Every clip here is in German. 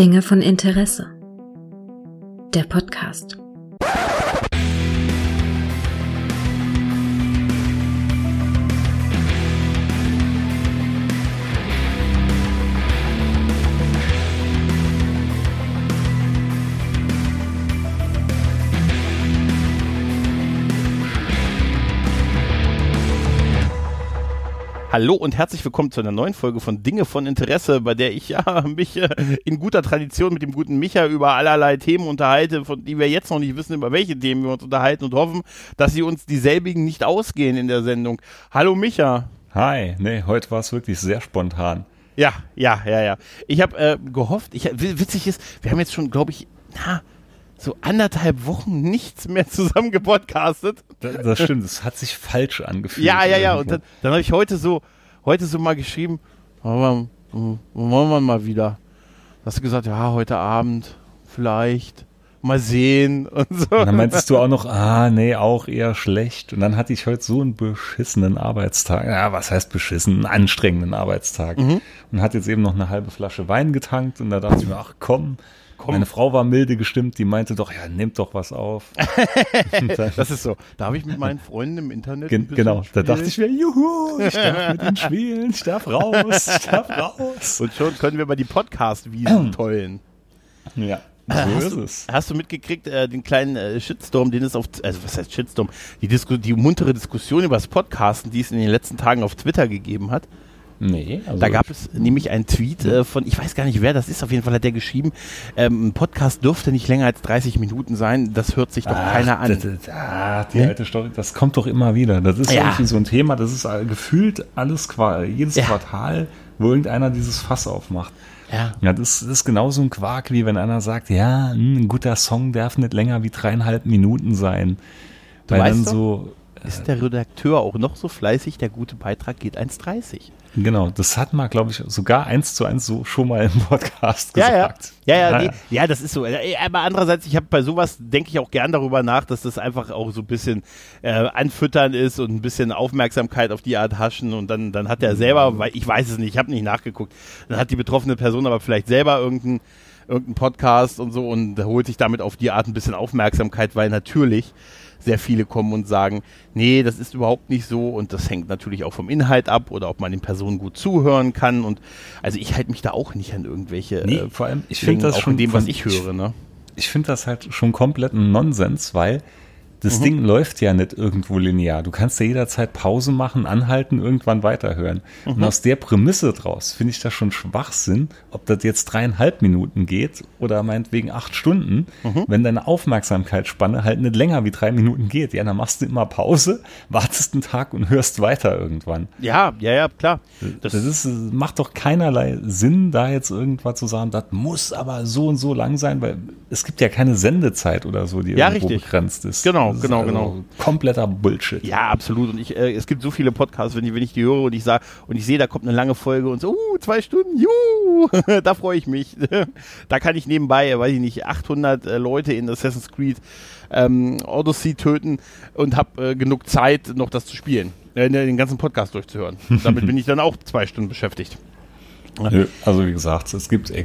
Dinge von Interesse. Der Podcast. Hallo und herzlich willkommen zu einer neuen Folge von Dinge von Interesse, bei der ich mich in guter Tradition mit dem guten Micha über allerlei Themen unterhalte, von die wir jetzt noch nicht wissen, über welche Themen wir uns unterhalten und hoffen, dass sie uns dieselbigen nicht ausgehen in der Sendung. Hallo Micha. Hi, nee, heute war es wirklich sehr spontan. Ja. Ich habe gehofft, witzig ist, wir haben jetzt schon, glaube ich, so 1,5 Wochen nichts mehr zusammen gepodcastet. Das stimmt, es hat sich falsch angefühlt. Ja. Und dann habe ich heute so mal geschrieben, wollen wir mal wieder. Hast du gesagt, ja, heute Abend vielleicht, mal sehen und so. Und dann meintest du auch noch, nee, auch eher schlecht. Und dann hatte ich heute so einen beschissenen Arbeitstag. Ja, was heißt beschissen? Einen anstrengenden Arbeitstag. Und hatte jetzt eben noch eine halbe Flasche Wein getankt und da dachte ich mir, ach komm. Meine Frau war milde gestimmt, die meinte doch, ja, nehmt doch was auf. Das ist so. Da habe ich mit meinen Freunden im Internet genau, da dachte ich mir, juhu, ich darf mit ihnen spielen, ich darf raus. Und schon können wir mal die Podcast-Wiesen tollen. Ja, so ist es. Hast du mitgekriegt, den kleinen Shitstorm, den es was heißt Shitstorm? Die muntere Diskussion über das Podcasten, die es in den letzten Tagen auf Twitter gegeben hat? Nee. Also da gab es nämlich einen Tweet von, ich weiß gar nicht, wer das ist, auf jeden Fall hat der geschrieben, ein Podcast dürfte nicht länger als 30 Minuten sein, das hört sich doch keiner an. Die alte Story, das kommt doch immer wieder. Das ist irgendwie so ein Thema, das ist gefühlt jedes Quartal, wo irgendeiner dieses Fass aufmacht. Ja, das ist genauso ein Quark, wie wenn einer sagt, ja, ein guter Song darf nicht länger wie 3,5 Minuten sein. Du weißt doch, ist der Redakteur auch noch so fleißig, der gute Beitrag geht 1,30. Genau, das hat man, glaube ich, sogar 1:1 so schon mal im Podcast gesagt. Ja, das ist so. Aber andererseits, bei sowas denke ich auch gern darüber nach, dass das einfach auch so ein bisschen anfüttern ist und ein bisschen Aufmerksamkeit auf die Art haschen und dann hat er selber, weil ich weiß es nicht, ich habe nicht nachgeguckt, dann hat die betroffene Person aber vielleicht selber irgendeinen Podcast und so und holt sich damit auf die Art ein bisschen Aufmerksamkeit, weil natürlich sehr viele kommen und sagen, nee, das ist überhaupt nicht so und das hängt natürlich auch vom Inhalt ab oder ob man den Personen gut zuhören kann und also ich halte mich da auch nicht an irgendwelche vor allem, ich finde das schon dem, was ich höre, ne? Ich finde das halt schon komplett ein Nonsens, weil das Ding läuft ja nicht irgendwo linear. Du kannst ja jederzeit Pause machen, anhalten, irgendwann weiterhören. Und aus der Prämisse draus finde ich das schon Schwachsinn, ob das jetzt 3,5 Minuten geht oder meinetwegen 8 Stunden, wenn deine Aufmerksamkeitsspanne halt nicht länger wie 3 Minuten geht. Ja, dann machst du immer Pause, wartest einen Tag und hörst weiter irgendwann. Ja, klar. Das macht doch keinerlei Sinn, da jetzt irgendwas zu sagen, das muss aber so und so lang sein, weil es gibt ja keine Sendezeit oder so, die irgendwo begrenzt ist. Genau. Kompletter Bullshit. Ja, absolut. Und es gibt so viele Podcasts, wenn ich die höre und ich sehe, da kommt eine lange Folge und so, 2 Stunden, da freue ich mich. Da kann ich nebenbei, 800 Leute in Assassin's Creed Odyssey töten und habe genug Zeit, noch das zu spielen, den ganzen Podcast durchzuhören. Damit bin ich dann auch 2 Stunden beschäftigt. Also wie gesagt,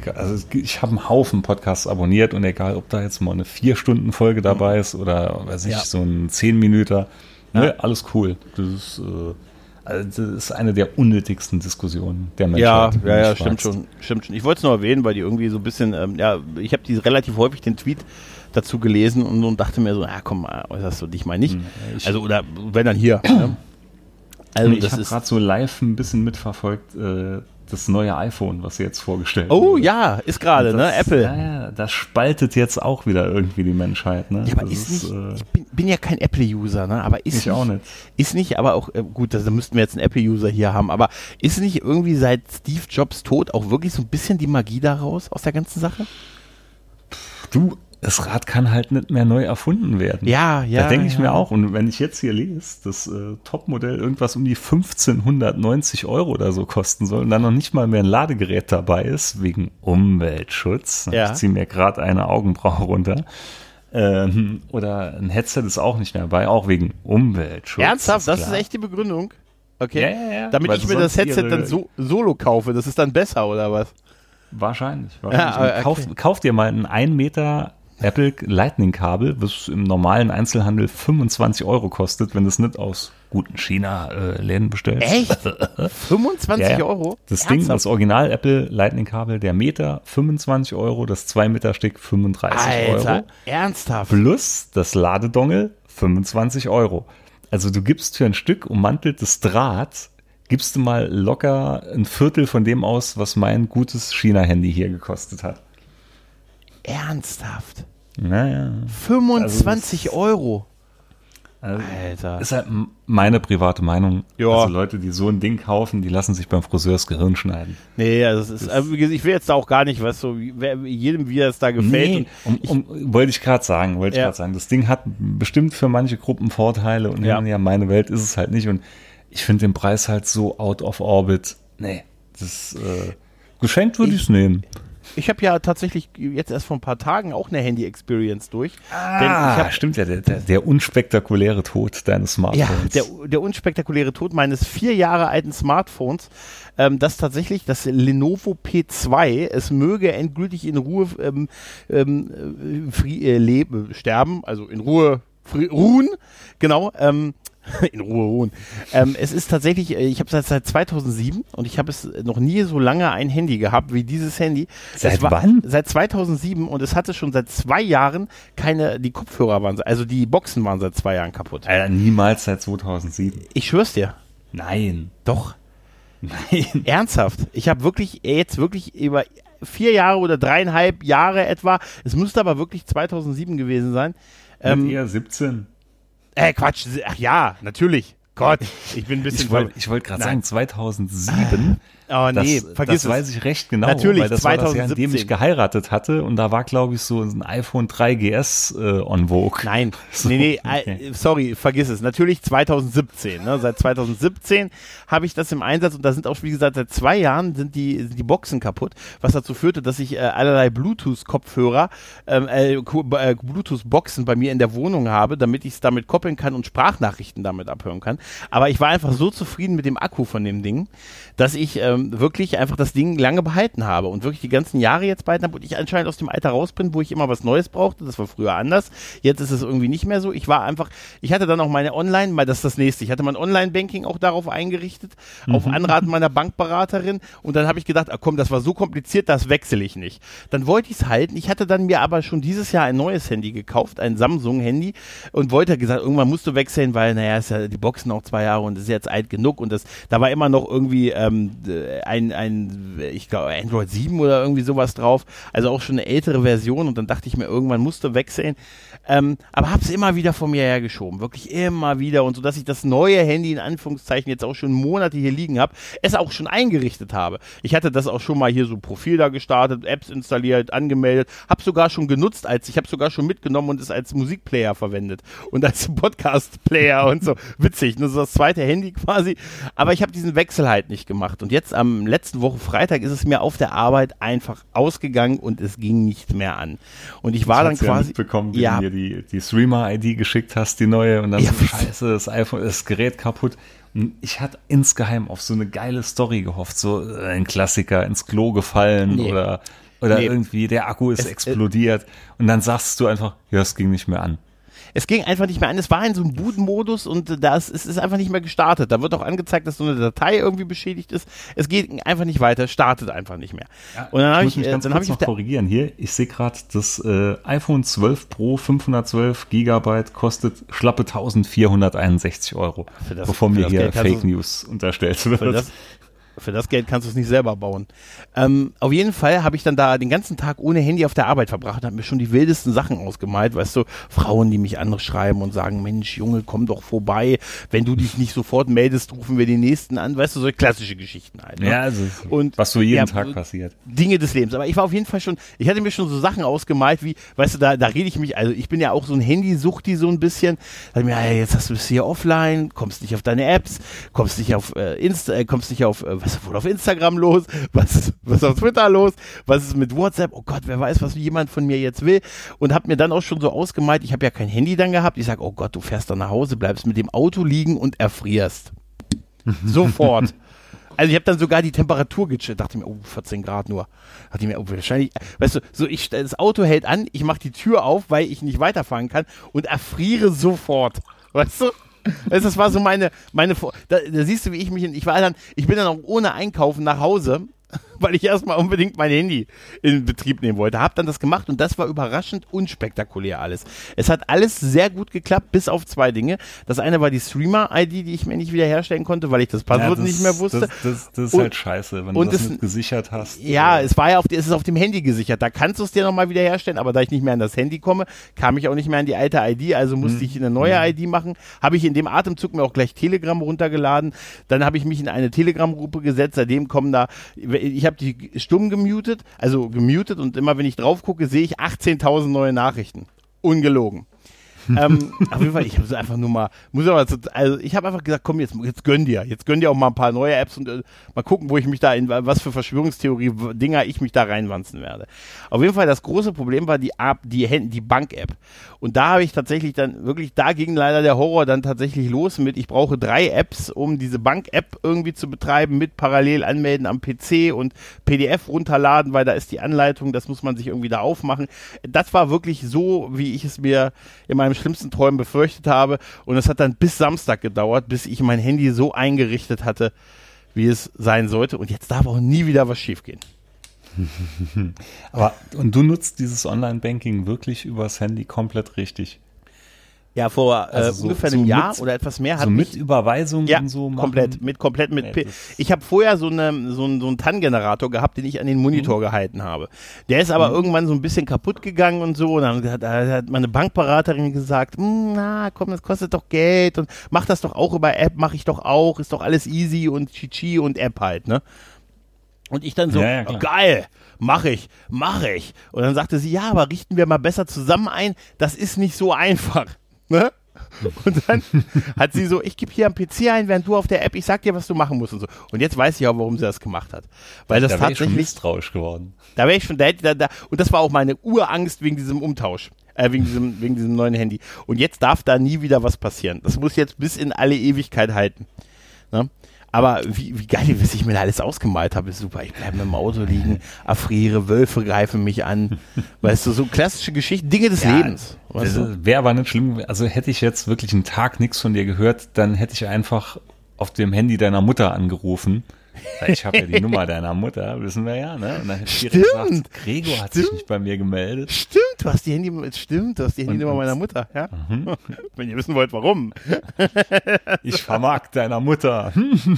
ich habe einen Haufen Podcasts abonniert und egal, ob da jetzt mal eine 4-Stunden-Folge dabei ist oder so ein 10-Minüter, alles cool. Das ist eine der unnötigsten Diskussionen der Menschheit. Ja, stimmt schon. Ich wollte es nur erwähnen, weil die irgendwie so ein bisschen, ich habe die relativ häufig den Tweet dazu gelesen und dachte mir so, komm, äußerst du dich mal nicht. Also oder wenn dann hier. Also ich habe gerade so live ein bisschen mitverfolgt, das neue iPhone, was sie jetzt vorgestellt haben. Oh ja, ist gerade, ne? Apple. Ja, das spaltet jetzt auch wieder irgendwie die Menschheit, ne? Ja, aber ich bin ja kein Apple-User, ne? Aber ich auch nicht. Ist nicht, aber auch, gut, da müssten wir jetzt einen Apple-User hier haben, aber ist nicht irgendwie seit Steve Jobs Tod auch wirklich so ein bisschen die Magie daraus aus der ganzen Sache? Das Rad kann halt nicht mehr neu erfunden werden. Ja. Da denke ich mir auch. Und wenn ich jetzt hier lese, das Topmodell irgendwas um die 1.590 € oder so kosten soll und dann noch nicht mal mehr ein Ladegerät dabei ist, wegen Umweltschutz. Ich ziehe mir gerade eine Augenbraue runter. Oder ein Headset ist auch nicht mehr dabei, auch wegen Umweltschutz. Ernsthaft? Das ist echt die Begründung? Okay. Ja. Damit ich mir das Headset dann solo kaufe, das ist dann besser, oder was? Wahrscheinlich. Ja, okay. Kauf dir mal ein 1 Meter Apple Lightning Kabel, was im normalen Einzelhandel 25 € kostet, wenn du es nicht aus guten China-Läden bestellst. Echt? 25 €? Das Ding, das Original Apple Lightning Kabel, der Meter 25 €, das 2 Meter Stück 35 Alter, €. ernsthaft? Plus das Ladedongel 25 €. Also du gibst für ein Stück ummanteltes Draht, gibst du mal locker ein Viertel von dem aus, was mein gutes China-Handy hier gekostet hat. Ernsthaft? Naja. 25 €? Also Alter. ist halt meine private Meinung. Ja. Also Leute, die so ein Ding kaufen, die lassen sich beim Friseur das Gehirn schneiden. Nee, also es ist, ich will jetzt da auch gar nicht, was so, jedem wie es da gefällt. Nee, wollte ich gerade sagen. Das Ding hat bestimmt für manche Gruppen Vorteile und ja, meine Welt ist es halt nicht. Und ich finde den Preis halt so out of orbit. Nee, das geschenkt würde ich es nehmen. Ich habe ja tatsächlich jetzt erst vor ein paar Tagen auch eine Handy-Experience durch. Stimmt ja, der unspektakuläre Tod deines Smartphones. Ja, der unspektakuläre Tod meines 4 Jahre alten Smartphones, das tatsächlich das Lenovo P2, es möge endgültig in Ruhe sterben, also in Ruhe ruhen, genau, in Ruhe ruhen. Es ist tatsächlich, ich habe es seit 2007 und ich habe es noch nie so lange ein Handy gehabt wie dieses Handy. Seit wann? Seit 2007 und es hatte schon seit 2 Jahren die Kopfhörer waren, also die Boxen waren seit 2 Jahren kaputt. Alter, niemals seit 2007. Ich schwör's dir. Nein. Doch. Nein. Ernsthaft. Ich habe jetzt wirklich über 4 Jahre oder 3,5 Jahre etwa, es müsste aber wirklich 2007 gewesen sein. Eher 17. Quatsch, ach ja, natürlich. Gott, ich bin ein bisschen... Ich wollte gerade sagen, 2007, oh nee, vergiss das weiß ich recht genau, natürlich, weil das 2017. war das Jahr, in dem ich geheiratet hatte und da war, glaube ich, so ein iPhone 3GS on Vogue. Nein, so, nee, okay. Sorry, vergiss es. Natürlich 2017. Ne? Seit 2017 habe ich das im Einsatz und da sind auch, wie gesagt, seit 2 Jahren sind die Boxen kaputt, was dazu führte, dass ich allerlei Bluetooth-Kopfhörer, Bluetooth-Boxen bei mir in der Wohnung habe, damit ich es damit koppeln kann und Sprachnachrichten damit abhören kann. Aber ich war einfach so zufrieden mit dem Akku von dem Ding, dass ich wirklich einfach das Ding lange behalten habe und wirklich die ganzen Jahre jetzt behalten habe und ich anscheinend aus dem Alter raus bin, wo ich immer was Neues brauchte. Das war früher anders. Jetzt ist es irgendwie nicht mehr so. Ich hatte dann auch meine das ist das nächste. Ich hatte mein Online-Banking auch darauf eingerichtet, auf Anraten meiner Bankberaterin und dann habe ich gedacht, komm, das war so kompliziert, das wechsle ich nicht. Dann wollte ich es halten. Ich hatte dann mir aber schon dieses Jahr ein neues Handy gekauft, ein Samsung-Handy und wollte gesagt, irgendwann musst du wechseln, weil, naja, ist ja die Boxen auch 2 Jahre und das ist jetzt alt genug und da war immer noch irgendwie ich glaube Android 7 oder irgendwie sowas drauf, also auch schon eine ältere Version und dann dachte ich mir, irgendwann musst du wechseln, aber hab's immer wieder von mir hergeschoben, wirklich immer wieder und so, dass ich das neue Handy in Anführungszeichen jetzt auch schon Monate hier liegen habe, es auch schon eingerichtet habe. Ich hatte das auch schon mal hier so Profil da gestartet, Apps installiert, angemeldet, habe sogar schon genutzt, ich habe sogar schon mitgenommen und es als Musikplayer verwendet und als Podcast-Player und so, witzig, ne, so das zweite Handy quasi, aber ich habe diesen Wechsel halt nicht gemacht und jetzt am letzten Woche Freitag ist es mir auf der Arbeit einfach ausgegangen und es ging nicht mehr an. Und ich war dann quasi... mitbekommen, wie du mir die Streamer-ID geschickt hast, die neue, und dann so, scheiße, das Gerät kaputt. Und ich hatte insgeheim auf so eine geile Story gehofft, so ein Klassiker, ins Klo gefallen oder irgendwie der Akku ist explodiert. Und dann sagst du einfach, ja, es ging nicht mehr an. Es ging einfach nicht mehr an. Es war in so einem Boot-Modus und es ist einfach nicht mehr gestartet. Da wird auch angezeigt, dass so eine Datei irgendwie beschädigt ist. Es geht einfach nicht weiter, es startet einfach nicht mehr. Ja, und dann habe ich mich ganz kurz noch korrigieren hier. Ich sehe gerade, das iPhone 12 Pro 512 Gigabyte kostet schlappe 1.461 €, bevor mir hier Fake News unterstellt wird. Für das Geld kannst du es nicht selber bauen. Auf jeden Fall habe ich dann da den ganzen Tag ohne Handy auf der Arbeit verbracht und habe mir schon die wildesten Sachen ausgemalt. Weißt du, Frauen, die mich anschreiben und sagen, Mensch, Junge, komm doch vorbei. Wenn du dich nicht sofort meldest, rufen wir den Nächsten an. Weißt du, so klassische Geschichten halt. Ne? Ja, also was so jeden Tag passiert. Dinge des Lebens. Aber ich war auf jeden Fall ich hatte mir schon so Sachen ausgemalt, wie, weißt du, da rede ich mich, also ich bin ja auch so ein Handysuchti so ein bisschen. Da mir, jetzt bist du hier offline, kommst nicht auf deine Apps, kommst nicht auf was ist wohl auf Instagram los, was ist auf Twitter los, was ist mit WhatsApp, oh Gott, wer weiß, was jemand von mir jetzt will, und habe mir dann auch schon so ausgemalt, ich habe ja kein Handy dann gehabt, ich sage, oh Gott, du fährst dann nach Hause, bleibst mit dem Auto liegen und erfrierst. Sofort. Also ich habe dann sogar die Temperatur gecheckt, dachte mir, 14 Grad nur. Dachte mir, wahrscheinlich, weißt du, so das Auto hält an, ich mache die Tür auf, weil ich nicht weiterfahren kann und erfriere sofort. Weißt du? Das war so meine da siehst du, wie ich ich bin dann auch ohne Einkaufen nach Hause, weil ich erstmal unbedingt mein Handy in Betrieb nehmen wollte. Hab dann das gemacht und das war überraschend unspektakulär alles. Es hat alles sehr gut geklappt, bis auf 2 Dinge. Das eine war die Streamer-ID, die ich mir nicht wiederherstellen konnte, weil ich das Passwort nicht mehr wusste. Das ist halt scheiße, wenn du das nicht gesichert hast. Ja, es ist auf dem Handy gesichert. Da kannst du es dir nochmal wiederherstellen, aber da ich nicht mehr an das Handy komme, kam ich auch nicht mehr an die alte ID, also musste ich eine neue ID machen. Habe ich in dem Atemzug mir auch gleich Telegram runtergeladen. Dann habe ich mich in eine Telegram-Gruppe gesetzt. Seitdem kommen da, ich habe die stumm gemutet und immer wenn ich drauf gucke, sehe ich 18.000 neue Nachrichten. Ungelogen. Auf jeden Fall, ich habe so einfach nur mal, ich habe einfach gesagt, komm, jetzt gönn dir auch mal ein paar neue Apps und mal gucken, wo ich mich da in was für Verschwörungstheorie-Dinger ich mich da reinwanzen werde. Auf jeden Fall, das große Problem war die Bank-App. Und da habe ich tatsächlich dann wirklich, da ging leider der Horror dann tatsächlich los mit, ich brauche 3 Apps, um diese Bank-App irgendwie zu betreiben, mit parallel anmelden am PC und PDF runterladen, weil da ist die Anleitung, das muss man sich irgendwie da aufmachen. Das war wirklich so, wie ich es mir in meinem schlimmsten Träumen befürchtet habe. Und es hat dann bis Samstag gedauert, bis ich mein Handy so eingerichtet hatte, wie es sein sollte. Und jetzt darf auch nie wieder was schiefgehen. Und du nutzt dieses Online-Banking wirklich übers Handy komplett richtig? Ja, vor ungefähr einem Jahr oder etwas mehr hat mit Überweisungen ja, und so machen? Komplett mit. Ich habe vorher so einen TAN-Generator gehabt, den ich an den Monitor gehalten habe. Der ist aber irgendwann so ein bisschen kaputt gegangen und so. Und dann hat meine Bankberaterin gesagt, komm, das kostet doch Geld und mach das doch auch über App, mache ich doch auch, ist doch alles easy und Chichi und App halt, ne? Und ich dann so, geil, mach ich. Und dann sagte sie, ja, aber richten wir mal besser zusammen ein, das ist nicht so einfach. Ne? Und dann hat sie so, ich gebe hier am PC ein, während du auf der App, ich sag dir, was du machen musst und so. Und jetzt weiß ich auch, warum sie das gemacht hat. Weil das tatsächlich. Da wäre ich schon misstrauisch geworden. Da wäre ich schon, und das war auch meine Urangst wegen diesem Umtausch. Wegen diesem neuen Handy. Und jetzt darf da nie wieder was passieren. Das muss jetzt bis in alle Ewigkeit halten. Ne? Aber wie geil, was ich mir da alles ausgemalt habe, ist super. Ich bleibe im Auto liegen, erfriere, Wölfe greifen mich an. Weißt du, so klassische Geschichten, Dinge des Lebens. Wäre aber nicht schlimm. Also hätte ich jetzt wirklich einen Tag nichts von dir gehört, dann hätte ich einfach auf dem Handy deiner Mutter angerufen. Ich habe ja die Nummer deiner Mutter, wissen wir ja, ne? Und dann hätte ich gesagt, Gregor hat sich nicht bei mir gemeldet. Stimmt, du hast die Handynummer meiner Mutter, ja? Wenn ihr wissen wollt, warum. Ich vermag deiner Mutter.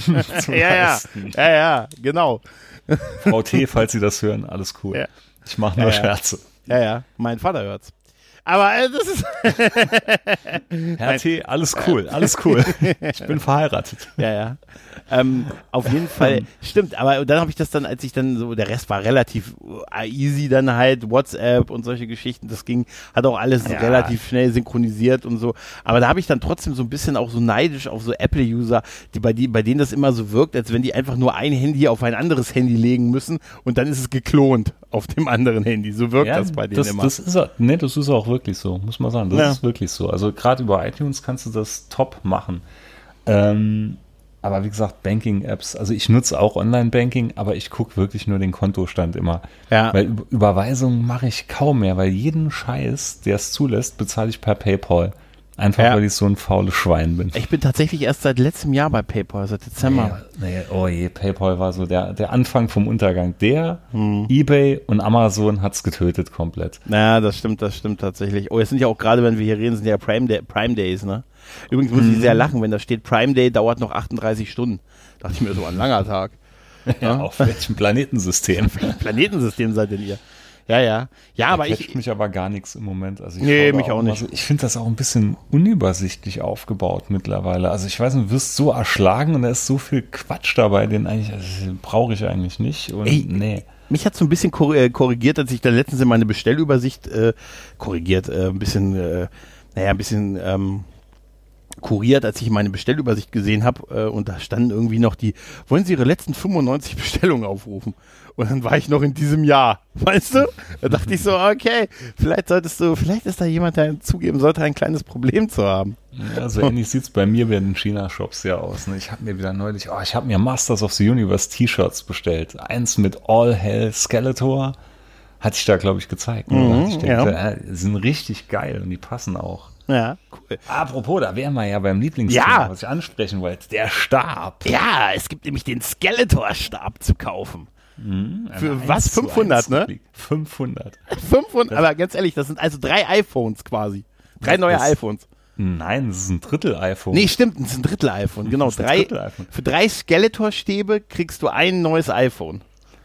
Ja, genau. Frau T., falls Sie das hören, alles cool. Ja. Ich mache nur Scherze. Ja, mein Vater hört's. Aber das ist... Herr T., alles cool. Ich bin verheiratet. Ja. Auf jeden Fall, stimmt, aber dann habe ich das dann, als ich dann so, der Rest war relativ easy dann halt, WhatsApp und solche Geschichten, hat auch alles relativ schnell synchronisiert und so, aber da habe ich dann trotzdem so ein bisschen auch so neidisch auf so Apple-User, bei denen das immer so wirkt, als wenn die einfach nur ein Handy auf ein anderes Handy legen müssen und dann ist es geklont auf dem anderen Handy, so wirkt das bei denen immer. Das ist auch wirklich so, muss man sagen, das ist wirklich so, also gerade über iTunes kannst du das top machen. Aber wie gesagt, Banking-Apps, also ich nutze auch Online-Banking, aber ich gucke wirklich nur den Kontostand immer. Ja. Weil Überweisungen mache ich kaum mehr, weil jeden Scheiß, der es zulässt, bezahle ich per PayPal. Einfach, weil ich so ein faules Schwein bin. Ich bin tatsächlich erst seit letztem Jahr bei PayPal, seit Dezember. PayPal war so der Anfang vom Untergang. eBay und Amazon hat's getötet komplett. Ja, das stimmt tatsächlich. Oh, jetzt sind ja auch gerade, wenn wir hier reden, sind ja Prime Days, ne? Übrigens muss ich sehr lachen, wenn da steht, Prime Day dauert noch 38 Stunden. Dachte ich mir so, ein langer Tag. Ja, auf welchem Planetensystem? Auf welchem Planetensystem seid denn ihr? Ja, aber ich mich aber gar nichts im Moment. Also mich auch nicht. So, ich finde das auch ein bisschen unübersichtlich aufgebaut mittlerweile. Also ich weiß nicht, du wirst so erschlagen und da ist so viel Quatsch dabei, den brauche ich eigentlich nicht. Und mich hat so ein bisschen korrigiert, als ich dann letztens in meine Bestellübersicht kuriert, als ich meine Bestellübersicht gesehen habe und da standen irgendwie noch wollen Sie Ihre letzten 95 Bestellungen aufrufen? Und dann war ich noch in diesem Jahr, weißt du? Da dachte ich so, okay, vielleicht ist da jemand, der zugeben sollte, ein kleines Problem zu haben. Ja, so ähnlich sieht es bei mir bei den China-Shops ja aus. Ne? Ich habe mir wieder neulich, ich habe mir Masters of the Universe T-Shirts bestellt. Eins mit All Hell Skeletor. Hatte ich da, glaube ich, gezeigt. Ne? Ich denke, die sind richtig geil und die passen auch. Ja, cool. Apropos, da wären wir ja beim Lieblingsthema, was ich ansprechen wollte. Der Stab. Ja, es gibt nämlich den Skeletor-Stab zu kaufen. Für was? 500, ne? 500. 500, aber ganz ehrlich, das sind also 3 iPhones quasi. 3 neue iPhones. Nein, das ist ein Drittel-iPhone. Nee, stimmt, das ist ein Drittel-iPhone. Genau, für 3 Skeletor-Stäbe kriegst du ein neues iPhone.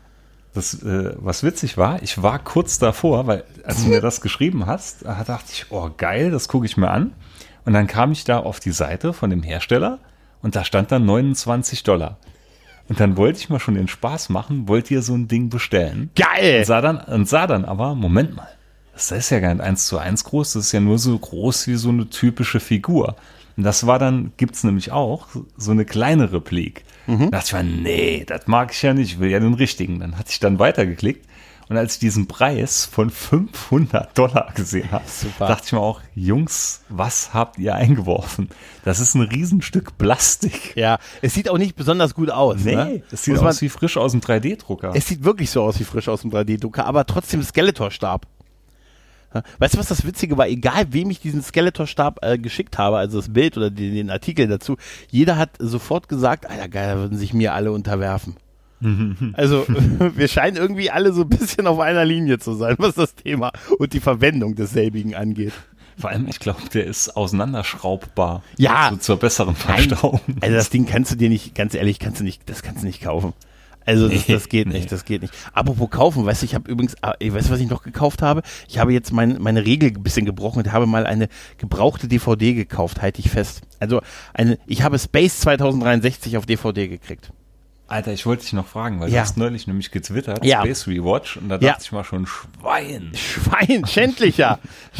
Was witzig war, ich war kurz davor, weil als du mir das geschrieben hast, da dachte ich, oh geil, das gucke ich mir an. Und dann kam ich da auf die Seite von dem Hersteller und da stand dann $29. Und dann wollte ich mal schon den Spaß machen, wollte ihr so ein Ding bestellen. Geil! Und sah dann aber, Moment mal, das ist ja gar nicht 1:1 groß, das ist ja nur so groß wie so eine typische Figur. Und das war dann, gibt's nämlich auch, so eine kleine Replik. Da dachte ich mir, nee, das mag ich ja nicht, ich will ja den richtigen. Dann hatte ich dann weitergeklickt und als ich diesen Preis von $500 gesehen habe, dachte ich mir auch, Jungs, was habt ihr eingeworfen? Das ist ein Riesenstück Plastik. Ja, es sieht auch nicht besonders gut aus. Nee, ne? Es sieht aus wie frisch aus dem 3D-Drucker. Es sieht wirklich so aus wie frisch aus dem 3D-Drucker, aber trotzdem Skeletor-Stab. Weißt du, was das Witzige war? Egal, wem ich diesen Skeletor-Stab geschickt habe, also das Bild oder den Artikel dazu, jeder hat sofort gesagt, Alter, geil, da würden sich mir alle unterwerfen. Also, wir scheinen irgendwie alle so ein bisschen auf einer Linie zu sein, was das Thema und die Verwendung desselbigen angeht. Vor allem, ich glaube, der ist auseinanderschraubbar. Ja. So zur besseren Verstauung. Also das Ding kannst du dir nicht, ganz ehrlich, das kannst du nicht kaufen. Also das geht nicht, das geht nicht. Apropos kaufen, weißt du, ich habe übrigens, weißt du, was ich noch gekauft habe? Ich habe jetzt meine Regel ein bisschen gebrochen und habe mal eine gebrauchte DVD gekauft, halte ich fest. Also ich habe Space 2063 auf DVD gekriegt. Alter, ich wollte dich noch fragen, weil du hast neulich nämlich getwittert, ja. Space Rewatch, und da dachte ich mal schon, Schwein, schändlicher.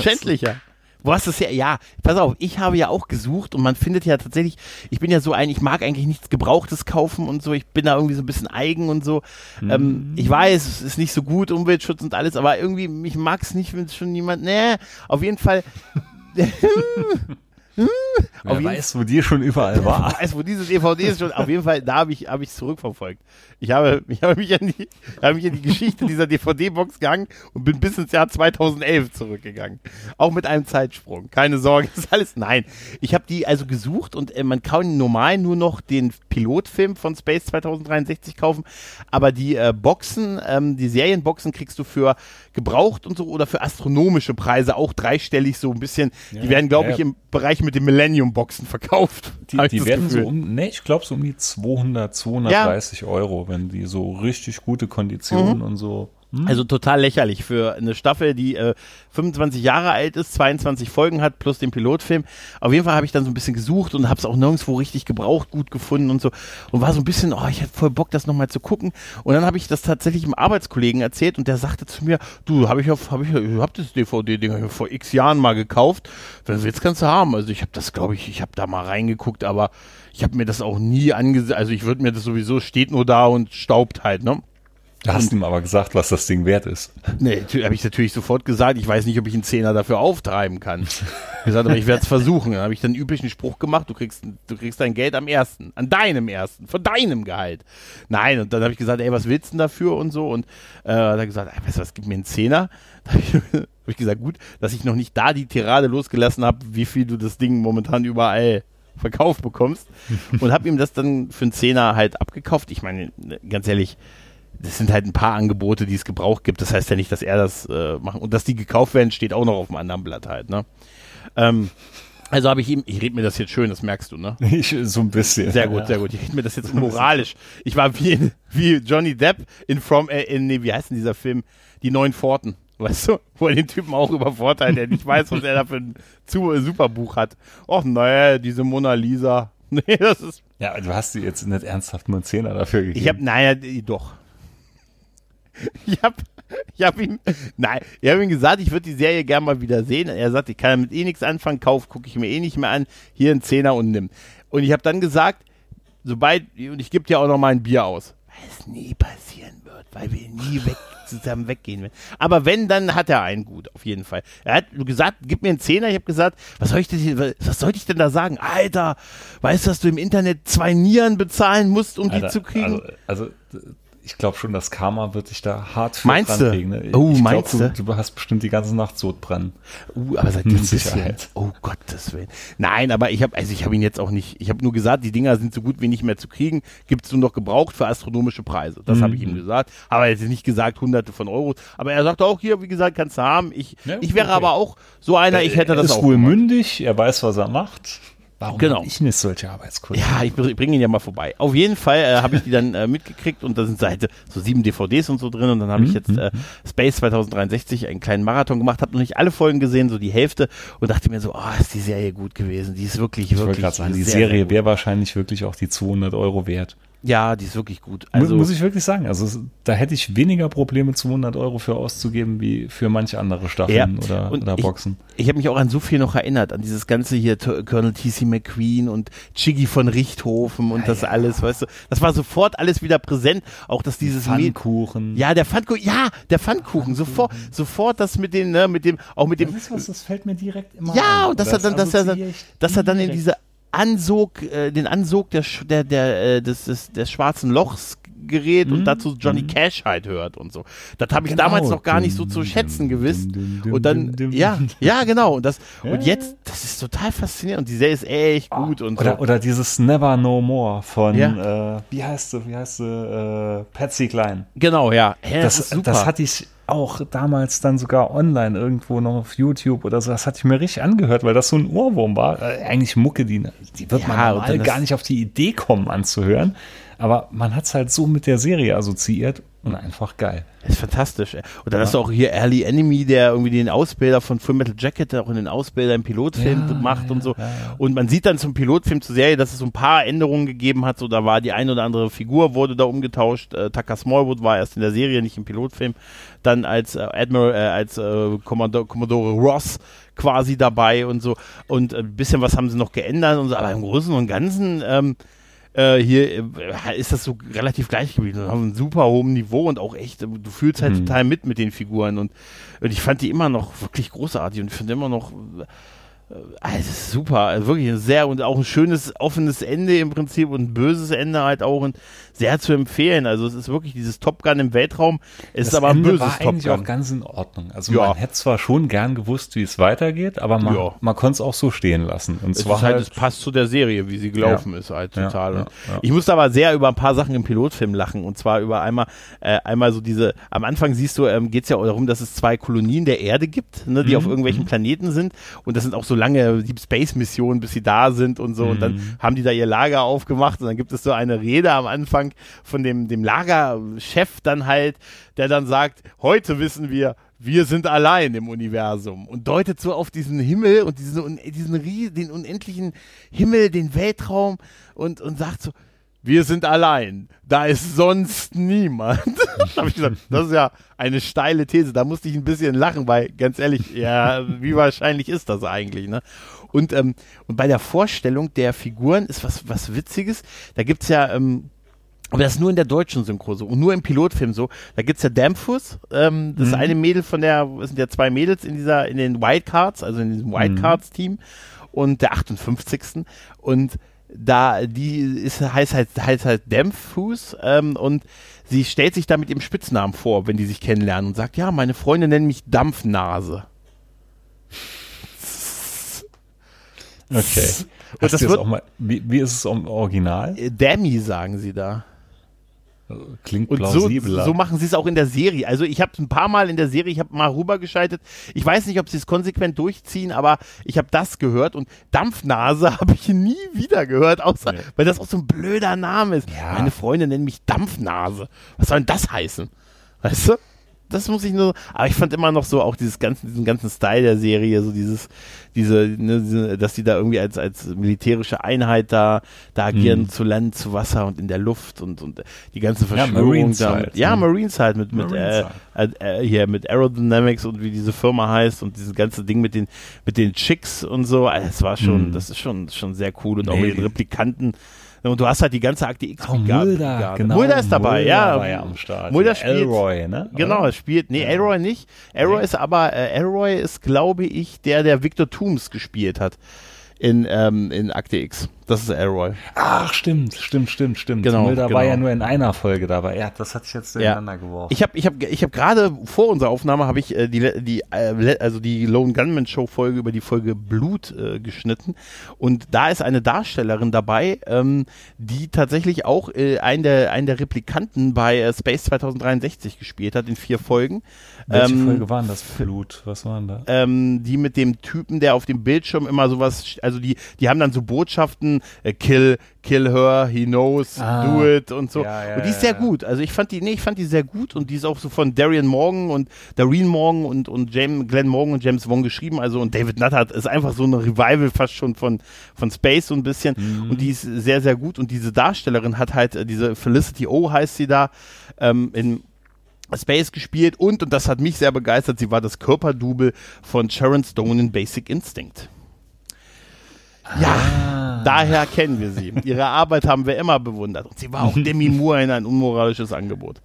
Wo hast du es ja, pass auf, ich habe ja auch gesucht und man findet ja tatsächlich, ich bin ja so ich mag eigentlich nichts Gebrauchtes kaufen und so, ich bin da irgendwie so ein bisschen eigen und so. Ich weiß, es ist nicht so gut, Umweltschutz und alles, aber irgendwie, mich mag es nicht, wenn schon jemand, auf jeden Fall. Wer weiß, wo die schon überall war. Wer weiß, wo diese DVD ist schon. Auf jeden Fall, da habe ich zurückverfolgt. Ich habe mich an die Geschichte dieser DVD-Box gegangen und bin bis ins Jahr 2011 zurückgegangen. Auch mit einem Zeitsprung. Keine Sorge, das ist alles, nein. Ich habe die also gesucht und man kann normal nur noch den Pilotfilm von Space 2063 kaufen, aber die Boxen, die Serienboxen kriegst du für gebraucht und so oder für astronomische Preise, auch dreistellig so ein bisschen. Die werden, glaube ich, im Bereich mit den Millennium-Boxen verkauft. Die werden so ich glaube so um die 230 Euro, wenn die so richtig gute Konditionen und so. Also total lächerlich für eine Staffel, die 25 Jahre alt ist, 22 Folgen hat, plus den Pilotfilm. Auf jeden Fall habe ich dann so ein bisschen gesucht und habe es auch nirgendwo richtig gebraucht gut gefunden und so. Und war so ein bisschen, ich hätte voll Bock, das nochmal zu gucken. Und dann habe ich das tatsächlich einem Arbeitskollegen erzählt und der sagte zu mir, du, ich hab das DVD-Ding vor x Jahren mal gekauft. Wenn du willst, kannst du haben. Also ich habe das, glaube ich habe da mal reingeguckt, aber ich habe mir das auch nie angesehen. Also ich würde mir das sowieso, steht nur da und staubt halt, ne? Du hast ihm aber gesagt, was das Ding wert ist. Nee, habe ich natürlich sofort gesagt. Ich weiß nicht, ob ich einen Zehner dafür auftreiben kann. Ich gesagt, aber ich werde es versuchen. Dann habe ich den üblichen Spruch gemacht, du kriegst dein Geld an deinem ersten, von deinem Gehalt. Nein, und dann habe ich gesagt, was willst du denn dafür und so. Und da hat er gesagt, weißt du was, gib mir einen Zehner. Da habe ich gesagt, gut, dass ich noch nicht da die Tirade losgelassen habe, wie viel du das Ding momentan überall verkauft bekommst. Und habe ihm das dann für einen Zehner halt abgekauft. Ich meine, ganz ehrlich, das sind halt ein paar Angebote, die es gebraucht gibt. Das heißt ja nicht, dass er das machen. Und dass die gekauft werden, steht auch noch auf dem anderen Blatt halt, ne? Also habe ich rede mir das jetzt schön, das merkst du, ne? So ein bisschen. Sehr gut, sehr gut. Ich rede mir das jetzt moralisch. Ich war wie Johnny Depp wie heißt denn dieser Film? Die 9 Pforten. Weißt du? Wo er den Typen auch übervorteilt, der nicht weiß, was er da für ein Superbuch hat. Och, naja, diese Mona Lisa. Nee, das ist... Ja, du hast dir jetzt nicht ernsthaft nur einen Zehner dafür gegeben. Doch. Ich habe ihm gesagt, ich würde die Serie gerne mal wieder sehen. Er sagt, ich kann damit eh nichts anfangen, gucke ich mir eh nicht mehr an. Hier ein Zehner und nimm. Und ich habe dann gesagt, und ich gebe dir auch noch mal ein Bier aus. Weil es nie passieren wird, weil wir nie zusammen weggehen werden. Aber wenn, dann hat er einen gut, auf jeden Fall. Er hat gesagt, gib mir einen Zehner. Ich habe gesagt, was soll ich denn da sagen? Alter, weißt du, dass du im Internet 2 Nieren bezahlen musst, um die zu kriegen? Also ich glaube schon, das Karma wird dich da hart für meinst dran kriegen. Ne? Meinst du? Du hast bestimmt die ganze Nacht Sodbrennen. Aber seitdem mit Sicherheit. Oh Gottes Willen. Nein, aber ich habe ihn jetzt auch nicht, ich habe nur gesagt, die Dinger sind so gut wie nicht mehr zu kriegen, gibt's nur noch gebraucht für astronomische Preise. Das habe ich ihm gesagt. Aber jetzt nicht gesagt Hunderte von Euros. Aber er sagte auch hier, wie gesagt, kannst du haben. Ich wäre aber auch so einer, ich hätte das auch. Er ist wohl mündig, er weiß, was er macht. Warum habe ich nicht solche Arbeitskollegen? Ja, ich bringe ihn ja mal vorbei. Auf jeden Fall habe ich die dann mitgekriegt und da sind halt so 7 DVDs und so drin und dann habe ich jetzt Space 2063 einen kleinen Marathon gemacht, habe noch nicht alle Folgen gesehen, so die Hälfte und dachte mir so, ist die Serie gut gewesen, die ist wirklich Ich wollte gerade sagen, die Serie wäre wahrscheinlich wirklich auch die 200 € wert. Ja, die ist wirklich gut. Also, muss ich wirklich sagen, also da hätte ich weniger Probleme, 200 € für auszugeben, wie für manche andere Staffeln oder Boxen. Ich habe mich auch an so viel noch erinnert, an dieses ganze hier Colonel T.C. McQueen und Chiggy von Richthofen und das alles, weißt du. Das war sofort alles wieder präsent, auch dass dieses Pfannkuchen. Ja, der Pfannkuchen, sofort das mit dem. Das fällt mir direkt immer an. Ja, und dass er dann in diese den Ansog des schwarzen Lochs gerät und dazu Johnny Cash halt hört und so. Das habe ich damals noch gar nicht so zu schätzen gewusst. Und dann, genau. Und jetzt, das ist total faszinierend. Und die Serie ist echt gut. Und oder dieses Never No More von, wie heißt sie, Patsy Cline. Genau, ja. Das ist super. Das hatte ich auch damals dann sogar online irgendwo noch auf YouTube oder so, das hatte ich mir richtig angehört, weil das so ein Ohrwurm war. Eigentlich Mucke, die wird man normal gar nicht auf die Idee kommen anzuhören, aber man hat es halt so mit der Serie assoziiert und einfach geil. Das ist fantastisch. Ey. Und dann hast du auch hier Early Enemy, der irgendwie den Ausbilder von Full Metal Jacket, der auch in den Ausbilder im Pilotfilm macht und so. Ja. Und man sieht dann zum Pilotfilm zur Serie, dass es so ein paar Änderungen gegeben hat. So, da war die ein oder andere Figur, wurde da umgetauscht. Tucker Smallwood war erst in der Serie, nicht im Pilotfilm. Dann als Commodore Ross quasi dabei und so. Und ein bisschen was haben sie noch geändert und so. Aber im Großen und Ganzen hier ist das so relativ gleich geblieben. Wir haben einen super hohen Niveau und auch echt, du fühlst halt total mit den Figuren und ich fand die immer noch wirklich großartig und ich finde immer noch, das ist super, also wirklich sehr und auch ein schönes, offenes Ende im Prinzip und ein böses Ende halt auch und sehr zu empfehlen. Also es ist wirklich dieses Top Gun im Weltraum, es ist aber ein böses Top Gun. Das war eigentlich auch ganz in Ordnung. Also man hätte zwar schon gern gewusst, wie es weitergeht, aber man konnte es auch so stehen lassen. Und es passt zu der Serie, wie sie gelaufen ist halt total. Ja. Ich musste aber sehr über ein paar Sachen im Pilotfilm lachen und zwar über einmal so diese, am Anfang siehst du, geht es ja auch darum, dass es 2 Kolonien der Erde gibt, ne, die auf irgendwelchen Planeten sind und das sind auch so lange Deep Space Missionen, bis sie da sind und so und dann haben die da ihr Lager aufgemacht und dann gibt es so eine Rede am Anfang von dem Lagerchef dann halt, der dann sagt, heute wissen wir sind allein im Universum und deutet so auf diesen Himmel und den unendlichen Himmel, den Weltraum und sagt so, wir sind allein, da ist sonst niemand. Da habe ich gesagt, das ist ja eine steile These, da musste ich ein bisschen lachen, weil ganz ehrlich, ja, wie wahrscheinlich ist das eigentlich, ne? Und bei der Vorstellung der Figuren ist was Witziges, da gibt's ja, aber das ist nur in der deutschen Synchro so und nur im Pilotfilm so. Da gibt's ja Damphus, das ist eine Mädel es sind ja 2 Mädels in den Wildcards, also in diesem Wildcards-Team und der 58. Und heißt halt Damphus und sie stellt sich da mit ihrem Spitznamen vor, wenn die sich kennenlernen und sagt, ja, meine Freunde nennen mich Dampfnase. Okay. Und das wird auch mal, wie ist es im Original? Demi sagen sie da. Klingt plausibel. So machen sie es auch in der Serie. Also ich habe ein paar Mal in der Serie, ich habe mal rübergeschaltet. Ich weiß nicht, ob sie es konsequent durchziehen, aber ich habe das gehört und Dampfnase habe ich nie wieder gehört, außer weil das auch so ein blöder Name ist. Ja. Meine Freunde nennen mich Dampfnase. Was soll denn das heißen? Weißt du? das muss ich nur, aber ich fand immer noch so auch diesen ganzen Style der Serie, so dass die da irgendwie als militärische Einheit da agieren, zu Land, zu Wasser und in der Luft und die ganze Verschwörung. Marines da halt. Marines halt mit hier mit Aerodynamics und wie diese Firma heißt und dieses ganze Ding mit den Chicks und so, das war schon, das ist schon sehr cool und auch mit den Replikanten. Und du hast halt die ganze Akte X-Brigade. Mulder, genau. Mulder ist dabei, Mulder war ja am Start. Mulder spielt. Elroy, ne? Genau, er spielt. Nee, Elroy nicht. Elroy ist, glaube ich, der Victor Toombs gespielt hat in Akte X. Das ist Elroy. Ach, stimmt. Genau, Mulder war ja nur in einer Folge dabei. Ja, das hatte ich jetzt durcheinander geworfen. Ich hab gerade vor unserer Aufnahme habe ich die Lone Gunman Show Folge über die Folge Blut geschnitten und da ist eine Darstellerin dabei, die tatsächlich auch einen der Replikanten bei Space 2063 gespielt hat in 4 Folgen. Welche Folge waren das? Blut, was waren da? Die mit dem Typen, der auf dem Bildschirm immer sowas, also die haben dann so Botschaften, kill her, he knows, do it und so. Und die ist sehr gut. Also ich fand die sehr gut und die ist auch so von Darren Morgan und Glenn Morgan und James Wong geschrieben. Also und David Nutter ist einfach so eine Revival fast schon von Space so ein bisschen und die ist sehr, sehr gut und diese Darstellerin hat halt diese Felicity O heißt sie da, in Space gespielt und das hat mich sehr begeistert, sie war das Körperdouble von Sharon Stone in Basic Instinct. Ja, daher kennen wir sie. Ihre Arbeit haben wir immer bewundert. Und sie war auch Demi Moore in ein unmoralisches Angebot.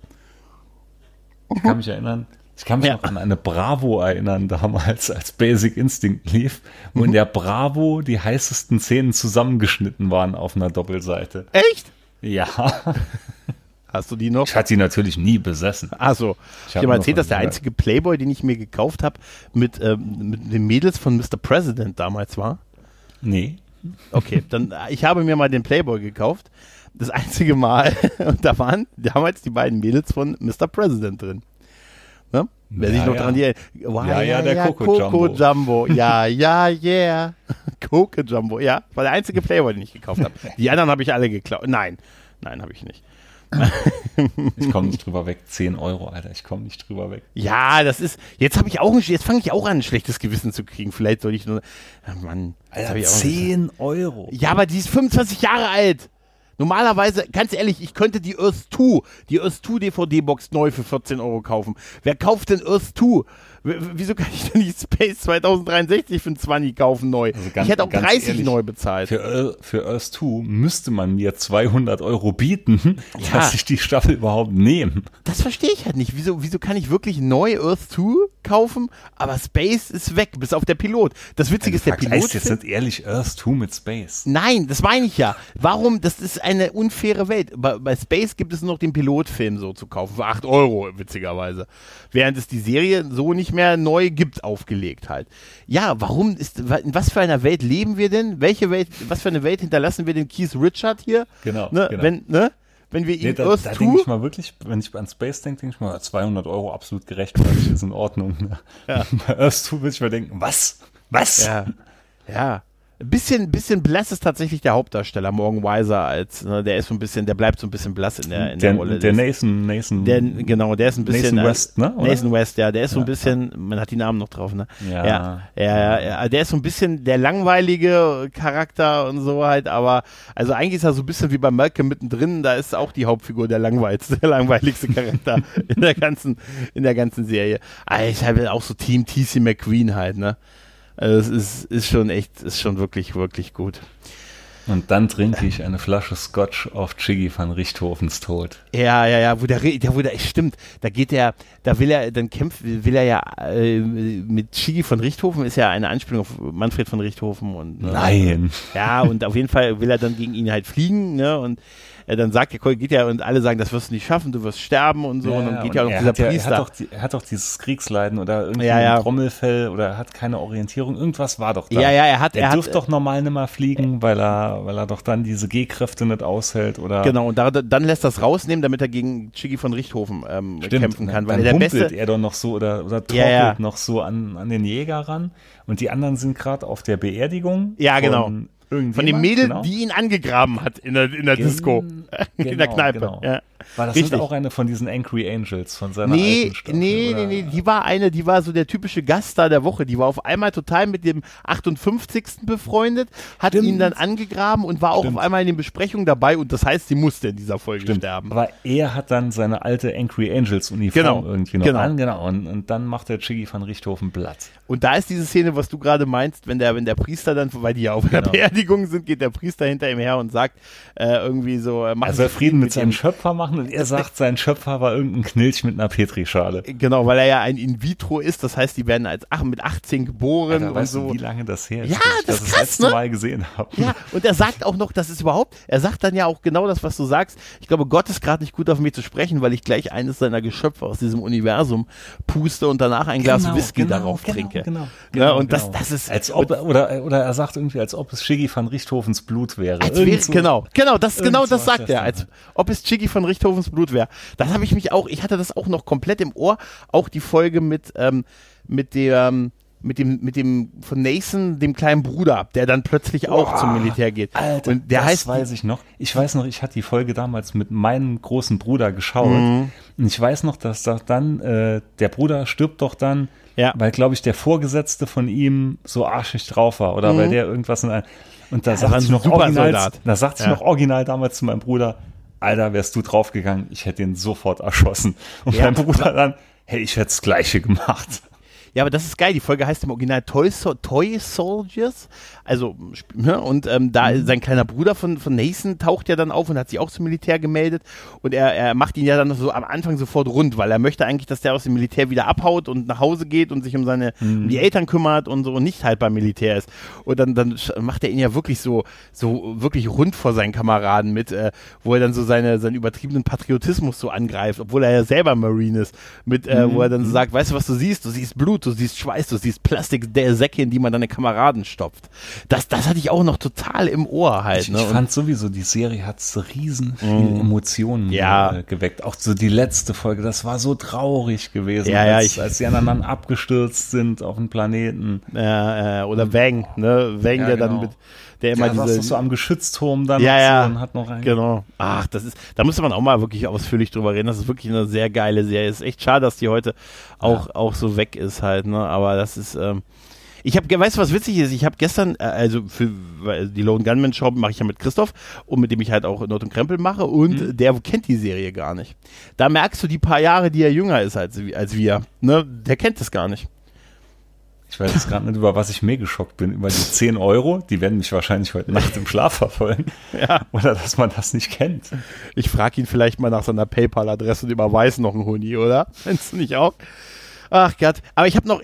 Ich kann mich noch an eine Bravo erinnern, damals, als Basic Instinct lief, wo in der Bravo die heißesten Szenen zusammengeschnitten waren auf einer Doppelseite. Echt? Ja. Hast du die noch? Ich hatte die natürlich nie besessen. Achso. Ich habe mal erzählt, dass der einzige Playboy, den ich mir gekauft habe, mit den Mädels von Mr. President damals war. Nee. Okay, dann ich habe mir mal den Playboy gekauft. Das einzige Mal. Und da waren damals die beiden Mädels von Mr. President drin. Ne? Wer sich noch dran erinnert. Der Coco Jumbo. Yeah. Coco Jumbo. Ja, war der einzige Playboy, den ich gekauft habe. Die anderen habe ich alle geklaut. Nein, habe ich nicht. Ich komme nicht drüber weg. 10 Euro, Alter. Ich komme nicht drüber weg. Ja, das ist. Jetzt fange ich auch an, ein schlechtes Gewissen zu kriegen. Vielleicht soll ich nur. Mann. Alter, 10 Euro. Ja, aber die ist 25 Jahre alt. Normalerweise, ganz ehrlich, ich könnte die Earth 2 DVD-Box neu für 14 Euro kaufen. Wer kauft denn Earth 2? Wieso kann ich denn nicht Space 2063 für ein 20 kaufen neu? Also ich hätte auch 30 ehrlich, neu bezahlt. Für Earth 2 müsste man mir 200 Euro bieten, dass ich die Staffel überhaupt nehme. Das verstehe ich halt nicht. Wieso kann ich wirklich neu Earth 2 kaufen, aber Space ist weg, bis auf der Pilot. Das Witzige ist, der Pilot... Heißt jetzt nicht ehrlich Earth 2 mit Space? Nein, das meine ich ja. Warum? Das ist eine unfaire Welt. Bei Space gibt es nur noch den Pilotfilm so zu kaufen, für 8 Euro, witzigerweise. Während es die Serie so nicht mehr neu gibt, aufgelegt halt. Ja, in was für einer Welt leben wir denn? Was für eine Welt hinterlassen wir denn Keith Richard hier? Genau. Wenn wir ihn da denke ich mal wirklich, wenn ich an Space denke ich mal, 200 Euro absolut gerechtfertigt, ist in Ordnung. Ne? Ja. Bei Earth 2 würde ich mal denken, was? Ja. Ein bisschen blass ist tatsächlich der Hauptdarsteller, Morgan Weiser, der bleibt so ein bisschen blass in der Rolle. Der Nathan. Der ist ein bisschen. Nathan West, ne? Oder? Nathan West, ja, der ist so ein bisschen, man hat die Namen noch drauf, ne? Ja. Der ist so ein bisschen der langweilige Charakter und so halt, aber, also eigentlich ist er so ein bisschen wie bei Malcolm mittendrin, da ist auch die Hauptfigur der langweiligste Charakter in der ganzen Serie. Aber ich habe auch so Team T.C. McQueen halt, ne? Also es ist schon wirklich, wirklich gut. Und dann trinke ich eine Flasche Scotch auf Chiggy van Richthofens Tod. Ja, stimmt, will er ja mit Chiggy von Richthofen, ist ja eine Anspielung auf Manfred von Richthofen und Nein. Ja, und auf jeden Fall will er dann gegen ihn halt fliegen, ne, und dann geht er und alle sagen, das wirst du nicht schaffen, du wirst sterben und so, und dann geht ja auch noch dieser Priester. Er hat doch dieses Kriegsleiden oder irgendwie ein Trommelfell oder er hat keine Orientierung, irgendwas war doch da. Er dürfte doch normal nicht mehr fliegen, weil er doch dann diese G-Kräfte nicht aushält oder. Genau, und dann lässt das rausnehmen, damit er gegen Chiggy von Richthofen kämpfen kann, weil dann der Beste. Er doch noch so oder torkelt noch so an den Jäger ran und die anderen sind gerade auf der Beerdigung. Ja, genau. Von dem Mädel, die ihn angegraben hat in der Disco. In der Kneipe. Genau. Ja. War das nicht auch eine von diesen Angry Angels von seiner alten Staffel? Nee. Die war so der typische Gaststar der Woche. Die war auf einmal total mit dem 58. befreundet, hat ihn dann angegraben und war auch auf einmal in den Besprechungen dabei. Und das heißt, sie musste in dieser Folge sterben. Aber er hat dann seine alte Angry Angels Uniform irgendwie noch an. Genau. Und dann macht der Chiggy van Richthofen Blatt. Und da ist diese Szene, was du gerade meinst, wenn der Priester dann, weil die ja auf einer Beerdigung sind, geht der Priester hinter ihm her und sagt irgendwie so, er soll Frieden mit seinem Schöpfer machen und er sagt, sein Schöpfer war irgendein Knilch mit einer Petrischale. Genau, weil er ja ein In-vitro ist, das heißt, die werden mit 18 geboren. Alter, weißt du, wie lange das her ist? Ja, das ist krass, das letzte Mal gesehen habe. Ja, und er sagt auch noch, er sagt dann ja auch genau das, was du sagst. Ich glaube, Gott ist gerade nicht gut auf mich zu sprechen, weil ich gleich eines seiner Geschöpfe aus diesem Universum puste und danach ein Glas Whisky darauf trinke. Genau, und das ist als ob oder er sagt irgendwie, als ob es Chiggy van Richthofens Blut wäre. Genau, das sagt er, als ob es Chiggy van Richthofens Blut wäre. Das habe ich hatte das auch noch komplett im Ohr, auch die Folge mit dem von Nathan, dem kleinen Bruder, der dann plötzlich auch zum Militär geht. Alter, und weiß ich noch. Ich weiß noch, ich hatte die Folge damals mit meinem großen Bruder geschaut. Und ich weiß noch, dass dann der Bruder stirbt doch dann, weil, glaube ich, der Vorgesetzte von ihm so arschig drauf war oder weil der irgendwas und da sagt ich noch original damals zu meinem Bruder, Alter, wärst du draufgegangen, ich hätte ihn sofort erschossen. Und mein Bruder dann, hey, ich hätte das Gleiche gemacht. Ja, aber das ist geil. Die Folge heißt im Original Toy Soldiers. Also, und da sein kleiner Bruder von Nathan taucht ja dann auf und hat sich auch zum Militär gemeldet. Und er macht ihn ja dann so am Anfang sofort rund, weil er möchte eigentlich, dass der aus dem Militär wieder abhaut und nach Hause geht und sich um die Eltern kümmert und so und nicht halt beim Militär ist. Und dann macht er ihn ja wirklich so wirklich rund vor seinen Kameraden mit, wo er dann so seinen übertriebenen Patriotismus so angreift, obwohl er ja selber Marine ist, wo er dann so sagt, weißt du, was du siehst? Du siehst Blut, du siehst Schweiß, du siehst Plastik, der Säcke, in die man deine Kameraden stopft. Das hatte ich auch noch total im Ohr halt. Ich fand sowieso, die Serie hat so riesen viel Emotionen geweckt. Auch so die letzte Folge, das war so traurig gewesen, als die aneinander abgestürzt sind auf dem Planeten. Oder Wang, ne? Wang, der dann mit der immer diese so am Geschützturm dann und hat noch rein. Genau. Ach, da müsste man auch mal wirklich ausführlich drüber reden. Das ist wirklich eine sehr geile Serie. Ist echt schade, dass die heute auch so weg ist halt, ne? Aber das ist, weißt du, was witzig ist? Ich habe gestern, also für die Lone Gunman Show mache ich ja mit Christoph und mit dem ich halt auch Nord und Krempel mache und der kennt die Serie gar nicht. Da merkst du die paar Jahre, die er jünger ist als wir, ne? Der kennt das gar nicht. Ich weiß jetzt gerade nicht, über was ich mehr geschockt bin. Über die 10 €, die werden mich wahrscheinlich heute Nacht im Schlaf verfolgen. Ja. Oder dass man das nicht kennt. Ich frage ihn vielleicht mal nach seiner PayPal-Adresse und überweis noch einen Huni, oder? Findest du nicht auch? Ach Gott. Aber ich habe noch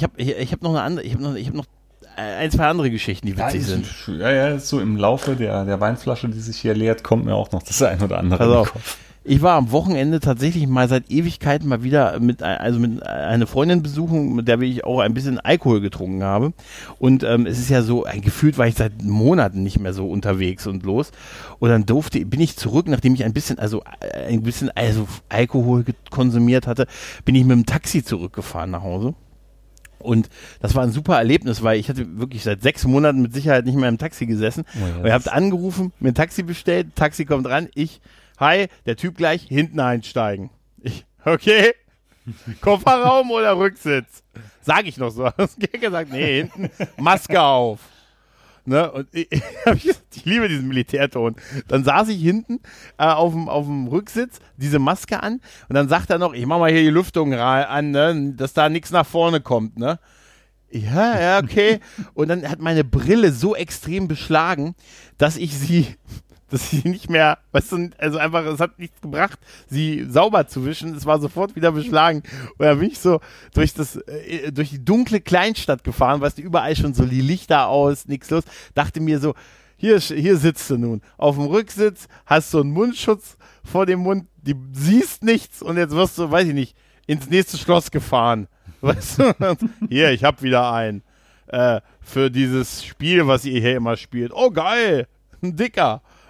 ein, zwei andere Geschichten, die witzig sind. Ja, so im Laufe der Weinflasche, die sich hier leert, kommt mir auch noch das ein oder andere in den Kopf. Ich war am Wochenende tatsächlich mal seit Ewigkeiten mal wieder mit einer Freundin besuchen, mit der ich auch ein bisschen Alkohol getrunken habe. Und es ist ja so, gefühlt war ich seit Monaten nicht mehr so unterwegs und los. Und dann bin ich zurück, nachdem ich ein bisschen Alkohol konsumiert hatte, bin ich mit dem Taxi zurückgefahren nach Hause. Und das war ein super Erlebnis, weil ich hatte wirklich seit 6 Monaten mit Sicherheit nicht mehr im Taxi gesessen. Und ihr habt angerufen, mir ein Taxi bestellt, Taxi kommt ran, hi, der Typ gleich, hinten einsteigen. Okay, Kofferraum oder Rücksitz? Sag ich noch so. Hast du gesagt, nee, hinten, Maske auf. Ne? Und ich liebe diesen Militärton. Dann saß ich hinten auf dem Rücksitz, diese Maske an und dann sagt er noch, ich mach mal hier die Lüftung an, ne? Dass da nichts nach vorne kommt. Ne? Ja, okay. Und dann hat meine Brille so extrem beschlagen, dass sie nicht mehr, weißt du, also einfach, es hat nichts gebracht, sie sauber zu wischen, es war sofort wieder beschlagen. Und dann bin ich so durch die dunkle Kleinstadt gefahren, weißt du, überall schon so die Lichter aus, nichts los, dachte mir so, hier sitzt du nun, auf dem Rücksitz, hast so einen Mundschutz vor dem Mund, siehst nichts und jetzt wirst du, weiß ich nicht, ins nächste Schloss gefahren, weißt du, hier, ich hab wieder einen, für dieses Spiel, was ihr hier immer spielt, oh geil, ein Dicker.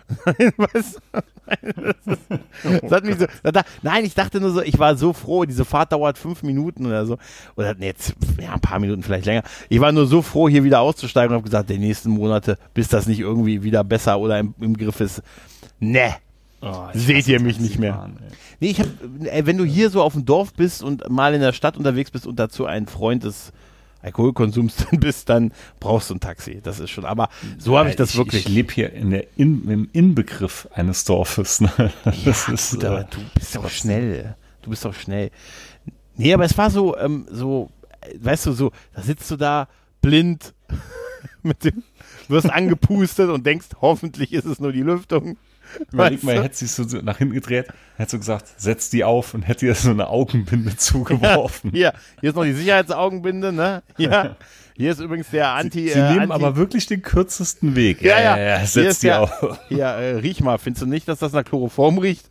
Was? Das hat mich so, nein, ich dachte nur so, ich war so froh, diese Fahrt dauert 5 Minuten oder so. Oder nee, jetzt, ja, ein paar Minuten vielleicht länger. Ich war nur so froh, hier wieder auszusteigen und habe gesagt, die nächsten Monate, bis das nicht irgendwie wieder besser oder im Griff ist. Ne. Seht ihr mich nicht mehr. Nee, wenn du hier so auf dem Dorf bist und mal in der Stadt unterwegs bist und dazu ein Freund des Alkoholkonsums bist, dann brauchst du ein Taxi. Das ist schon, aber so habe ich das wirklich. Ich lebe hier im Inbegriff eines Dorfes. Ne? Das ja, ist, gut, aber du bist auch schnell. Du bist auch schnell. Nee, aber es war so, weißt du, so, da sitzt du da blind wirst angepustet und denkst, hoffentlich ist es nur die Lüftung. Überleg mal, er hätte sich so nach hinten gedreht, hätte so gesagt, setz die auf und hätte ihr so eine Augenbinde zugeworfen. Ja, hier ist noch die Sicherheitsaugenbinde, ne? Ja. Hier ist übrigens der Sie nehmen aber wirklich den kürzesten Weg. Ja, setz die auf. Ja, riech mal, findest du nicht, dass das nach Chloroform riecht?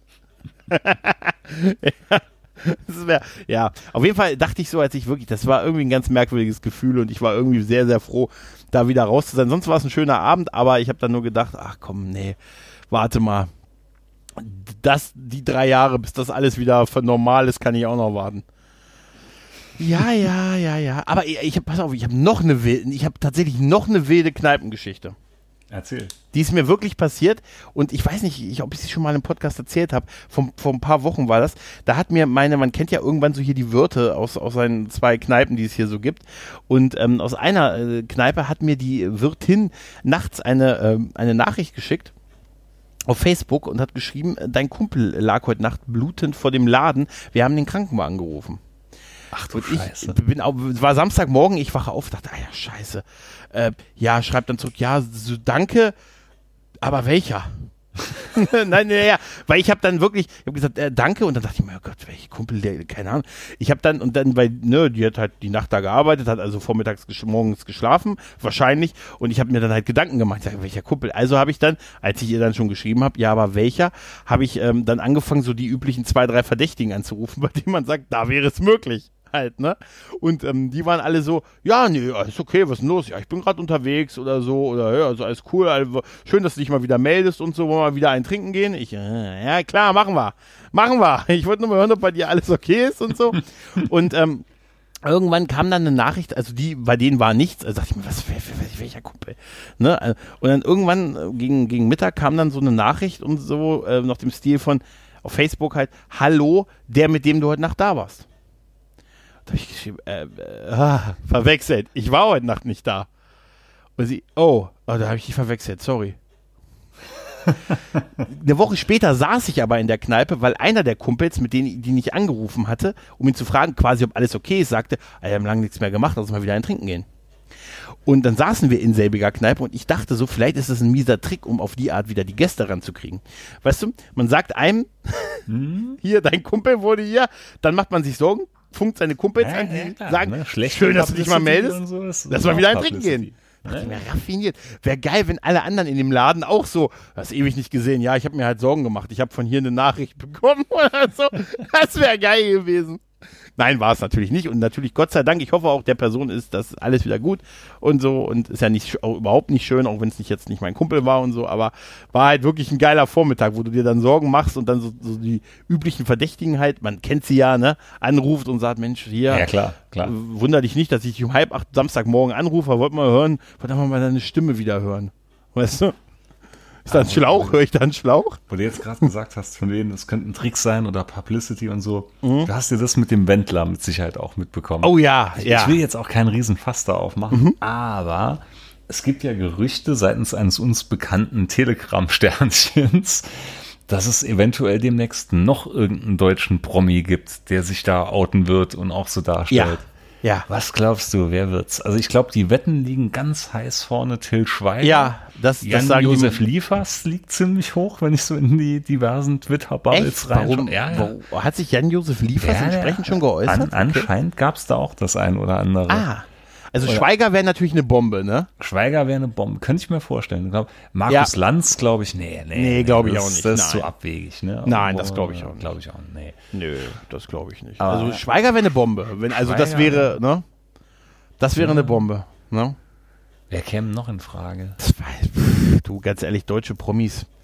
Ja, auf jeden Fall dachte ich so, das war irgendwie ein ganz merkwürdiges Gefühl und ich war irgendwie sehr, sehr froh, da wieder raus zu sein. Sonst war es ein schöner Abend, aber ich habe dann nur gedacht, ach komm, nee, warte mal, die 3 Jahre, bis das alles wieder normal ist, kann ich auch noch warten. Ja. Aber pass auf, ich habe tatsächlich noch eine wilde Kneipengeschichte. Erzähl. Die ist mir wirklich passiert und ich weiß nicht, ob ich sie schon mal im Podcast erzählt habe, vor ein paar Wochen war das, da hat mir man kennt ja irgendwann so hier die Wirte aus seinen 2 Kneipen, die es hier so gibt und aus einer Kneipe hat mir die Wirtin nachts eine Nachricht geschickt auf Facebook und hat geschrieben, dein Kumpel lag heute Nacht blutend vor dem Laden, wir haben den Krankenwagen gerufen. Ach du Scheiße. Es war Samstagmorgen, ich wache auf, dachte, ja, scheiße. Ja, schreibt dann zurück, ja, so, danke, aber welcher? Nein, weil ich habe dann wirklich, ich habe gesagt, danke und dann dachte ich mir, oh Gott, welcher Kumpel, keine Ahnung. Ich habe dann, weil, die hat halt die Nacht da gearbeitet, hat also morgens geschlafen, wahrscheinlich, und ich habe mir dann halt Gedanken gemacht, ich sag, welcher Kumpel? Also habe ich dann, als ich ihr dann schon geschrieben habe, ja, aber welcher, habe ich dann angefangen, so die üblichen 2, 3 Verdächtigen anzurufen, bei denen man sagt, da wäre es möglich. Halt, ne? Und die waren alle so, ja, nee, ist okay, was ist denn los? Ja, ich bin gerade unterwegs oder so, oder ja, also alles cool, also, schön, dass du dich mal wieder meldest und so, wollen wir mal wieder einen trinken gehen? Ich, ja, klar, machen wir. Ich wollte nur mal hören, ob bei dir alles okay ist und so. Und irgendwann kam dann eine Nachricht, also bei denen war nichts, also dachte ich mir, welcher Kumpel? Ne? Und dann irgendwann gegen Mittag kam dann so eine Nachricht und so, nach dem Stil von, auf Facebook halt, hallo, der, mit dem du heute Nacht da warst. Da habe ich geschrieben, verwechselt. Ich war heute Nacht nicht da. Und sie, da habe ich dich verwechselt, sorry. Eine Woche später saß ich aber in der Kneipe, weil einer der Kumpels, mit denen die ich angerufen hatte, um ihn zu fragen, quasi, ob alles okay ist, sagte, wir haben lange nichts mehr gemacht, lass uns mal wieder ein Trinken gehen. Und dann saßen wir in selbiger Kneipe und ich dachte so, vielleicht ist es ein mieser Trick, um auf die Art wieder die Gäste ranzukriegen. Weißt du, man sagt einem, hier, dein Kumpel wurde hier, dann macht man sich Sorgen, funkt seine Kumpels an, die sagen, ne? Schön, dass du dich mal meldest, so, lass mal wieder ein Trinken gehen. Dachte ich mir, raffiniert. Wäre geil, wenn alle anderen in dem Laden auch so, hast ewig nicht gesehen, ja, ich habe mir halt Sorgen gemacht, ich habe von hier eine Nachricht bekommen oder so. Das wäre geil gewesen. Nein, war es natürlich nicht und natürlich, Gott sei Dank, ich hoffe auch der Person ist das alles wieder gut und so und ist ja überhaupt nicht schön, auch wenn es jetzt nicht mein Kumpel war und so, aber war halt wirklich ein geiler Vormittag, wo du dir dann Sorgen machst und dann so die üblichen Verdächtigen halt, man kennt sie ja, ne, anruft und sagt, Mensch, hier, ja, klar. Wunder dich nicht, dass ich um 7:30 Samstagmorgen anrufe, wollte mal deine Stimme wieder hören, weißt du? Ist da ein Schlauch? Höre ich da einen Schlauch? Wo du jetzt gerade gesagt hast, von denen, das könnte ein Trick sein oder Publicity und so. Du hast dir das mit dem Wendler mit Sicherheit auch mitbekommen. Oh ja, Ich will jetzt auch keinen Riesenfass da aufmachen, aber es gibt ja Gerüchte seitens eines uns bekannten Telegram-Sternchens, dass es eventuell demnächst noch irgendeinen deutschen Promi gibt, der sich da outen wird und auch so darstellt. Ja. Was glaubst du, wer wird's? Also ich glaube, die Wetten liegen ganz heiß vorne. Till Schweiger. Ja, das sagen Jan-Josef Liefers liegt ziemlich hoch, wenn ich so in die diversen Twitter-Bubbles reinschaue. Warum? Hat sich Jan-Josef Liefers entsprechend schon geäußert? Anscheinend gab's da auch das ein oder andere. Also Schweiger wäre natürlich eine Bombe, ne? Schweiger wäre eine Bombe, könnte ich mir vorstellen. Markus Lanz, glaube ich, nee, glaube ich auch nicht. Das ist zu abwegig, ne? Nein, das glaube ich auch nicht. Glaube ich auch, nee. Nö, das glaube ich nicht. Also Schweiger wäre eine Bombe. Das wäre, ne? Das wäre eine Bombe, ne? Wer käme noch in Frage? Du, ganz ehrlich, deutsche Promis.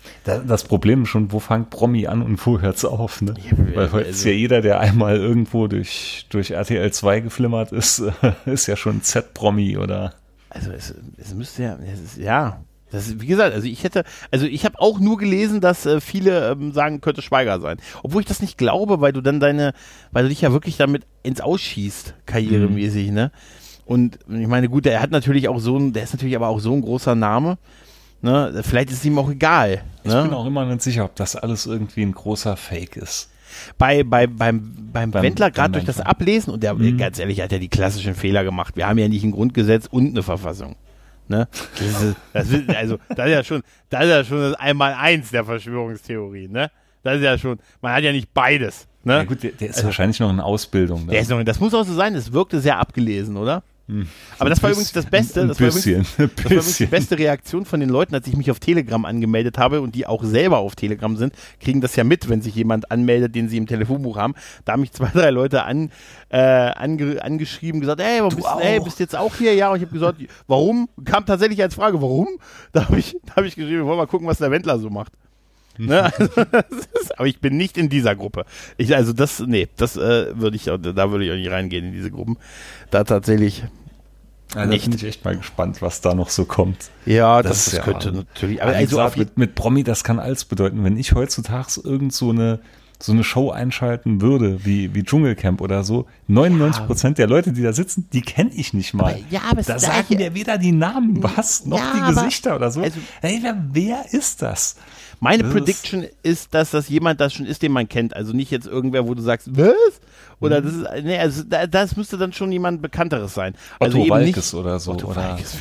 Das Problem ist schon, wo fängt Promi an und wo hört's auf, ne? Ja, weil heute ist ja jeder, der einmal irgendwo durch RTL 2 geflimmert ist, ist ja schon Z-Promi oder. Also es müsste ja, das ist, wie gesagt, also ich habe auch nur gelesen, dass viele sagen, könnte Schweiger sein. Obwohl ich das nicht glaube, weil du dich ja wirklich damit ins Ausschießt, karrieremäßig, ne? Und ich meine, gut, der ist natürlich aber auch so ein großer Name, ne? Vielleicht ist es ihm auch egal. Ich Ne? bin auch immer nicht sicher, ob das alles irgendwie ein großer Fake ist. Beim Wendler, gerade durch das Ablesen, und der, ganz ehrlich, hat ja die klassischen Fehler gemacht. Wir haben ja nicht ein Grundgesetz und eine Verfassung. Ne? Das ist ja schon das Einmaleins der Verschwörungstheorie, ne? Das ist ja schon, man hat ja nicht beides. Ne? Ja gut, der ist wahrscheinlich noch in Ausbildung. Das muss auch so sein, es wirkte sehr abgelesen, oder? Aber das war übrigens das Beste. Das war übrigens die beste Reaktion von den Leuten, als ich mich auf Telegram angemeldet habe und die auch selber auf Telegram sind, kriegen das ja mit, wenn sich jemand anmeldet, den sie im Telefonbuch haben. Da haben mich 2, 3 Leute angeschrieben, gesagt, bist du jetzt auch hier? Ja, und ich habe gesagt, warum? Kam tatsächlich als Frage, warum? Da hab ich geschrieben, wir wollen mal gucken, was der Wendler so macht. Ne? Aber ich bin nicht in dieser Gruppe. Da würde ich auch nicht reingehen in diese Gruppen. Da tatsächlich da bin ich echt mal gespannt, was da noch so kommt. Ja, das könnte natürlich. Aber mit Promi, das kann alles bedeuten. Wenn ich heutzutage irgend so eine Show einschalten würde, wie Dschungelcamp oder so, 99% der Leute, die da sitzen, die kenne ich nicht mal. Aber da sagen mir weder die Namen was, noch die Gesichter oder so. Also, wer ist das? Meine Prediction ist, dass das jemand das schon ist, den man kennt. Also nicht jetzt irgendwer, wo du sagst, was? Oder das müsste dann schon jemand Bekannteres sein. Also Otto Walkes oder so. Otto oder Walkes.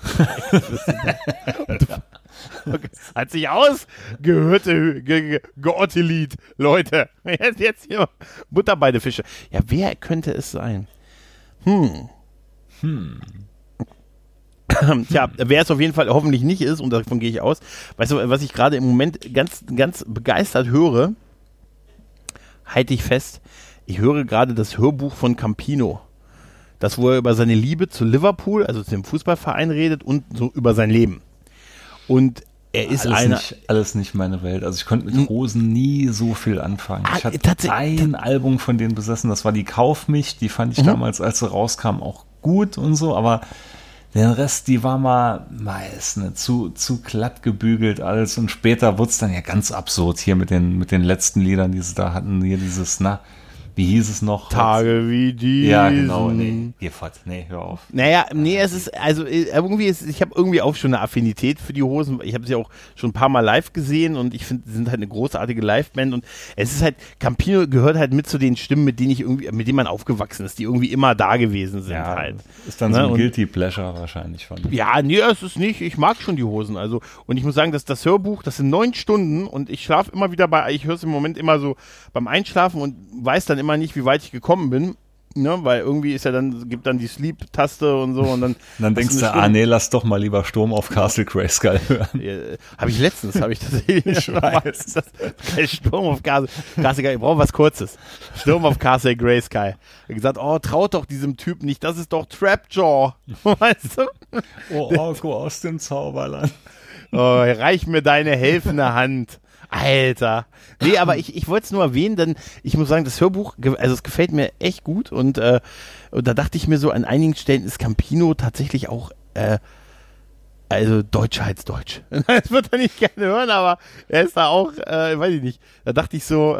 Okay. Hat sich ausgehörte geottelied, Leute. Jetzt hier Butter bei den Fische. Ja, wer könnte es sein? Tja, wer es auf jeden Fall hoffentlich nicht ist, und davon gehe ich aus, weißt du, was ich gerade im Moment ganz, ganz begeistert höre, halte ich fest, ich höre gerade das Hörbuch von Campino, das wo er über seine Liebe zu Liverpool, also zu dem Fußballverein redet und so über sein Leben. Und er ist alles nicht meine Welt. Also ich konnte mit Rosen nie so viel anfangen. Ich hatte ein Album von denen besessen, das war die Kauf mich, die fand ich damals, als sie rauskam, auch gut und so, aber den Rest, die war mal zu glatt gebügelt alles, und später wurde es dann ja ganz absurd hier mit den letzten Liedern, die sie da hatten, hier dieses, wie hieß es noch? Tage wie die. Ja, genau, hör auf. Es ist, also irgendwie ich habe irgendwie auch schon eine Affinität für die Hosen. Ich habe sie auch schon ein paar Mal live gesehen und ich finde, sie sind halt eine großartige Liveband, und es ist halt, Campino gehört halt mit zu den Stimmen, mit denen man aufgewachsen ist, die irgendwie immer da gewesen sind halt. Ist dann so ein Guilty Pleasure wahrscheinlich von. Ja, es ist nicht, ich mag schon die Hosen, also, und ich muss sagen, dass das Hörbuch, das sind 9 Stunden und ich schlafe immer wieder ich höre es im Moment immer so beim Einschlafen und weiß dann immer nicht, wie weit ich gekommen bin, ne, weil irgendwie gibt dann die Sleep-Taste und so, und dann denkst du, lass doch mal lieber Sturm auf Castle Grayskull hören. Habe ich tatsächlich schon mal. Sturm auf Castle Grayskull, ich brauche was Kurzes. Sturm auf Castle Grayskull. Ich gesagt, traut doch diesem Typ nicht, das ist doch Trapjaw. Weißt du? Oh, Orko aus dem Zauberland. Reich mir deine helfende Hand. Alter. Nee, aber ich wollte es nur erwähnen, denn ich muss sagen, das Hörbuch, also es gefällt mir echt gut, und da dachte ich mir so, an einigen Stellen ist Campino tatsächlich auch also deutscher als Deutsch. Das wird er nicht gerne hören, aber er ist da auch, weiß ich nicht, da dachte ich so,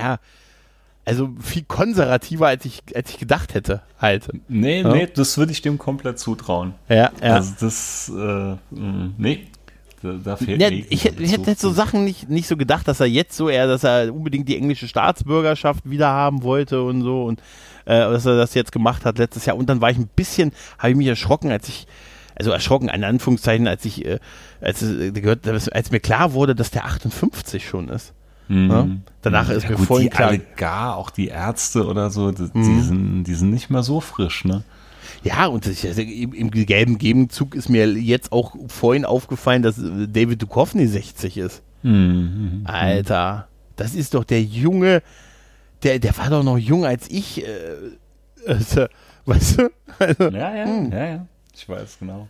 also viel konservativer, als ich gedacht hätte, halt. Nee, das würde ich dem komplett zutrauen. Ja. Also das, da fehlt ich hätte so Sachen nicht so gedacht, dass er unbedingt die englische Staatsbürgerschaft wieder haben wollte und so, und dass er das jetzt gemacht hat letztes Jahr. Und dann habe ich mich erschrocken, in Anführungszeichen, als mir klar wurde, dass der 58 schon ist. Ja? Danach ist mir vorhin klar. Auch die Ärzte oder so, die sind nicht mehr so frisch, ne? Ja, und im gelben Gegenzug ist mir jetzt auch vorhin aufgefallen, dass David Duchovny 60 ist. Alter, das ist doch der Junge, der war doch noch jung als ich. Weißt du? Also, ja, ich weiß genau.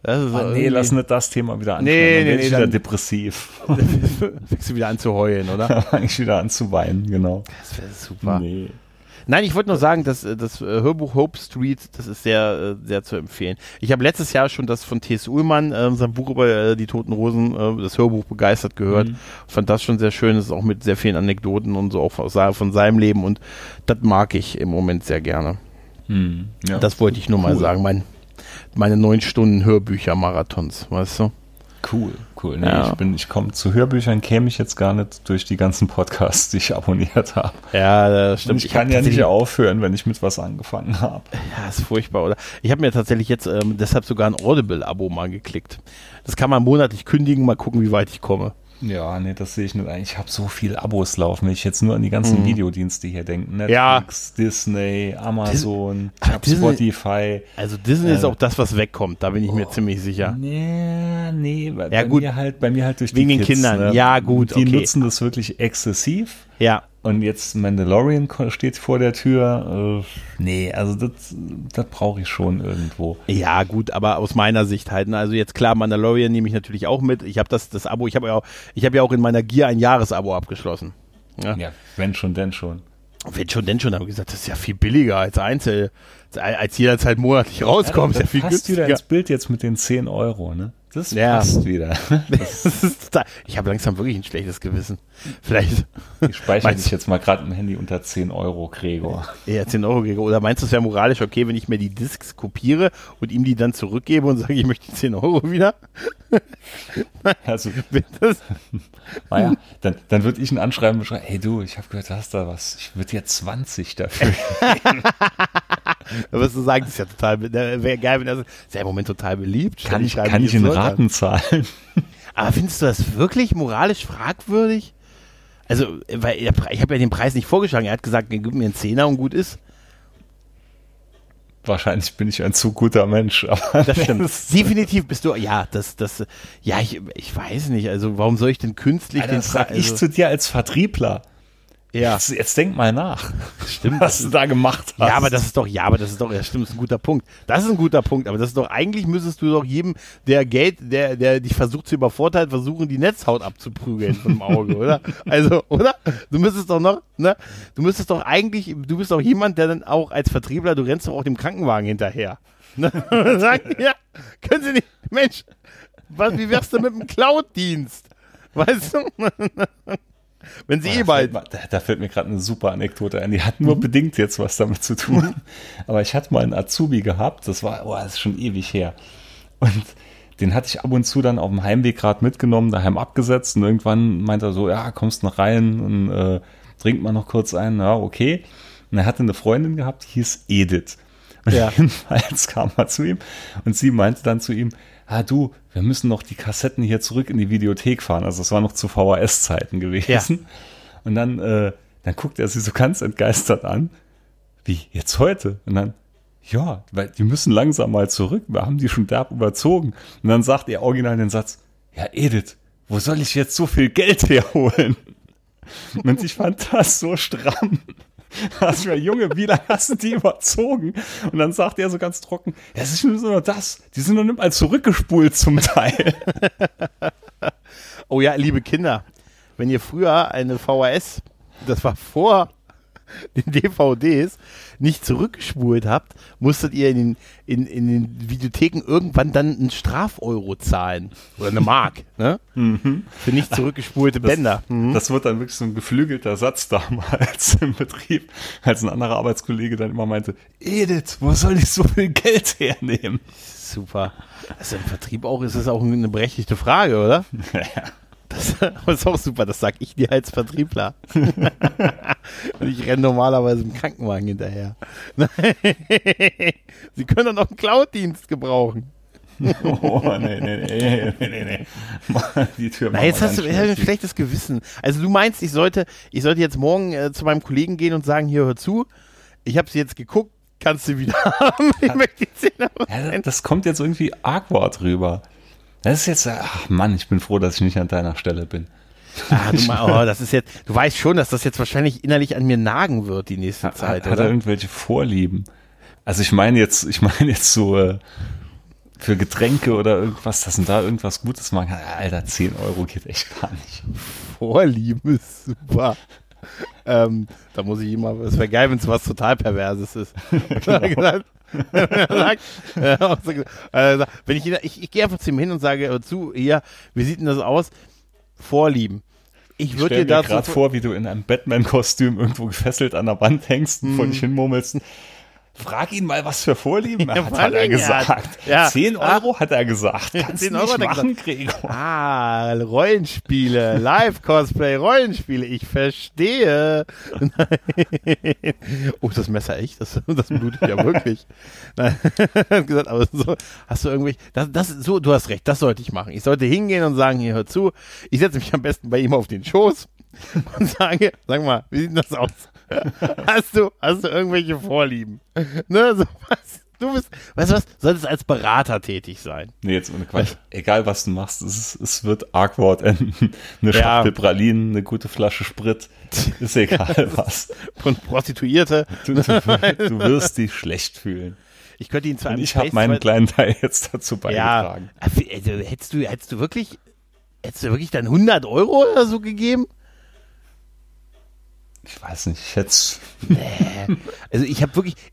Nee, lass nicht das Thema wieder anschauen. Dann wieder depressiv. Fängst du wieder an zu heulen, oder? Dann fange ich wieder an zu weinen, genau. Das wäre super. Nee. Nein, ich wollte nur sagen, dass das Hörbuch Hope Street, das ist sehr, sehr zu empfehlen. Ich habe letztes Jahr schon das von T.S. Ullmann, sein Buch über die Toten Rosen, das Hörbuch begeistert gehört. Fand das schon sehr schön. Das ist auch mit sehr vielen Anekdoten und so auch von seinem Leben und das mag ich im Moment sehr gerne. Ja. Das wollte ich nur mal sagen. Meine 9 Stunden Hörbücher-Marathons, weißt du? Cool. Nee, ja. Ich komme zu Hörbüchern, käme ich jetzt gar nicht durch die ganzen Podcasts, die ich abonniert habe. Ja, das stimmt. Und ich kann ja nicht aufhören, wenn ich mit was angefangen habe. Ja, ist furchtbar, oder? Ich habe mir tatsächlich jetzt deshalb sogar ein Audible-Abo mal geklickt. Das kann man monatlich kündigen, mal gucken, wie weit ich komme. Ja, nee, das sehe ich nicht ein. Ich habe so viel Abos laufen, wenn ich jetzt nur an die ganzen Videodienste hier denke. Netflix, Disney, Amazon, ich habe Spotify. Also Disney ist auch das, was wegkommt, da bin ich mir ziemlich sicher. Nee, bei mir halt durch wegen die den Kids, Kindern. Ne? Ja, gut, Die nutzen das wirklich exzessiv. Ja. Und jetzt Mandalorian steht vor der Tür. Nee, also das brauche ich schon irgendwo. Ja, gut, aber aus meiner Sicht halt. Ne? Also jetzt klar, Mandalorian nehme ich natürlich auch mit. Ich habe das Abo, ich habe ja auch in meiner Gier ein Jahresabo abgeschlossen. Ja, wenn schon, denn schon. Wenn schon, denn schon, haben wir gesagt, das ist ja viel billiger als als jederzeit monatlich rauskommt. Ja, ist ja viel günstiger. Passt wieder ins Bild jetzt mit den 10 €, ne? Das passt wieder. Ich habe langsam wirklich ein schlechtes Gewissen. Vielleicht. Ich speichere dich jetzt mal gerade im Handy unter 10 €, Gregor. Ja, 10 €, Gregor. Oder meinst du, es wäre moralisch okay, wenn ich mir die Discs kopiere und ihm die dann zurückgebe und sage, ich möchte die 10 € wieder? Also, naja, dann würde ich ihn anschreiben und schreiben, hey du, ich habe gehört, du hast da was. Ich würde dir 20 dafür geben. Da wirst du sagen, das ist ja total, wäre geil, wenn das ist ja im Moment total beliebt. Kann ich in Raten zahlen? Aber findest du das wirklich moralisch fragwürdig? Also, weil ich habe ja den Preis nicht vorgeschlagen. Er hat gesagt, gib mir einen 10er und gut ist. Wahrscheinlich bin ich ein zu guter Mensch. Aber das stimmt. Definitiv bist du, ja, ich weiß nicht. Also, warum soll ich denn künstlich Alter, den Preis? Ich zu dir als Vertriebler. Ja. Jetzt denk mal nach. Stimmt. Was du da gemacht hast. Ja, aber das ist doch, ja, stimmt, das ist ein guter Punkt. Das ist ein guter Punkt, aber das ist doch, eigentlich müsstest du doch jedem, der dich versucht zu übervorteilen, versuchen, die Netzhaut abzuprügeln vom Auge, oder? Also, oder? Du müsstest doch noch, ne? Du bist doch jemand, der dann auch als Vertriebler, du rennst doch auch dem Krankenwagen hinterher. Ne? Sagen, ja, können Sie nicht, Mensch, wie wär's denn mit dem Cloud-Dienst? Weißt du? Wenn sie Da fällt mir gerade eine super Anekdote ein. Die hat nur bedingt jetzt was damit zu tun. Aber ich hatte mal einen Azubi gehabt, das ist schon ewig her. Und den hatte ich ab und zu dann auf dem Heimweg gerade mitgenommen, daheim abgesetzt. Und irgendwann meinte er so, ja, kommst noch rein und trink mal noch kurz ein. Ja, okay. Und er hatte eine Freundin gehabt, die hieß Edith. Und jedenfalls kam er zu ihm und sie meinte dann zu ihm, du, wir müssen noch die Kassetten hier zurück in die Videothek fahren. Also das war noch zu VHS-Zeiten gewesen. Ja. Und dann guckt er sie so ganz entgeistert an. Wie, jetzt heute? Und dann, ja, weil die müssen langsam mal zurück. Wir haben die schon derb überzogen. Und dann sagt er original den Satz, ja Edith, wo soll ich jetzt so viel Geld herholen? Und ich fand das so stramm. Also, Junge, wie lange hast du die überzogen? Und dann sagt er so ganz trocken, ja, es ist nur das. Die sind noch nicht mal zurückgespult zum Teil. Oh ja, liebe Kinder, wenn ihr früher eine VHS, das war vor den DVDs, nicht zurückgespult habt, musstet ihr in den Videotheken irgendwann dann einen Strafeuro zahlen. Oder eine Mark, ne? Für nicht zurückgespulte Bänder. Das wird dann wirklich so ein geflügelter Satz damals im Betrieb, als ein anderer Arbeitskollege dann immer meinte, Edith, wo soll ich so viel Geld hernehmen? Super. Also im Vertrieb ist das auch eine berechtigte Frage, oder? Ja. Das ist auch super, das sag ich dir als Vertriebler. Und ich renne normalerweise im Krankenwagen hinterher. Sie können doch noch einen Cloud-Dienst gebrauchen. Oh, nee. Die Tür. Na, jetzt hast du ein schlechtes Gewissen. Also du meinst, ich sollte jetzt morgen zu meinem Kollegen gehen und sagen, hier, hör zu, ich habe sie jetzt geguckt, kannst du wieder haben. Ich möchte die 10 €. Ja, das kommt jetzt irgendwie awkward rüber. Das ist jetzt, ach Mann, ich bin froh, dass ich nicht an deiner Stelle bin. Das ist jetzt, du weißt schon, dass das jetzt wahrscheinlich innerlich an mir nagen wird die nächste Zeit. Hat er irgendwelche Vorlieben? Also ich meine jetzt so für Getränke oder irgendwas, dass man da irgendwas Gutes machen kann. Alter, 10 Euro geht echt gar nicht. Vorlieben ist super. Da muss ich immer, es wäre geil, wenn es was total Perverses ist. Genau. Wenn ich gehe einfach zu ihm hin und sage, hör zu, hier, wie sieht denn das aus? Vorlieben. Ich würde dir da gerade vor, wie du in einem Batman-Kostüm irgendwo gefesselt an der Wand hängst und vor dich hinmurmelst. Frag ihn mal, was für Vorlieben er hat er gesagt. Ja. 10 Euro hat er gesagt. Kannst 10 du Euro nicht machen, Gregor. Rollenspiele, Live-Cosplay, Rollenspiele, ich verstehe. Oh, ist das Messer echt? Das blutet ja wirklich. Nein. Gesagt, aber so, hast du irgendwelche, du hast recht, das sollte ich machen. Ich sollte hingehen und sagen, hier, hör zu, ich setze mich am besten bei ihm auf den Schoß und sag mal, wie sieht denn das aus? Hast du irgendwelche Vorlieben? Ne, so was. Du bist, weißt du was, solltest als Berater tätig sein. Nee, jetzt ohne Quatsch. Egal, was du machst, es wird Argwort enden. Eine Schachtel Pralinen, eine gute Flasche Sprit. Ist egal was. Und Prostituierte. Du wirst dich schlecht fühlen. Ich könnte ihn zu einem ich habe meinen kleinen Teil jetzt dazu beigetragen. Ja, also hättest du wirklich dann 100 Euro oder so gegeben? Ich weiß nicht, ich hätte Nee. Also ihr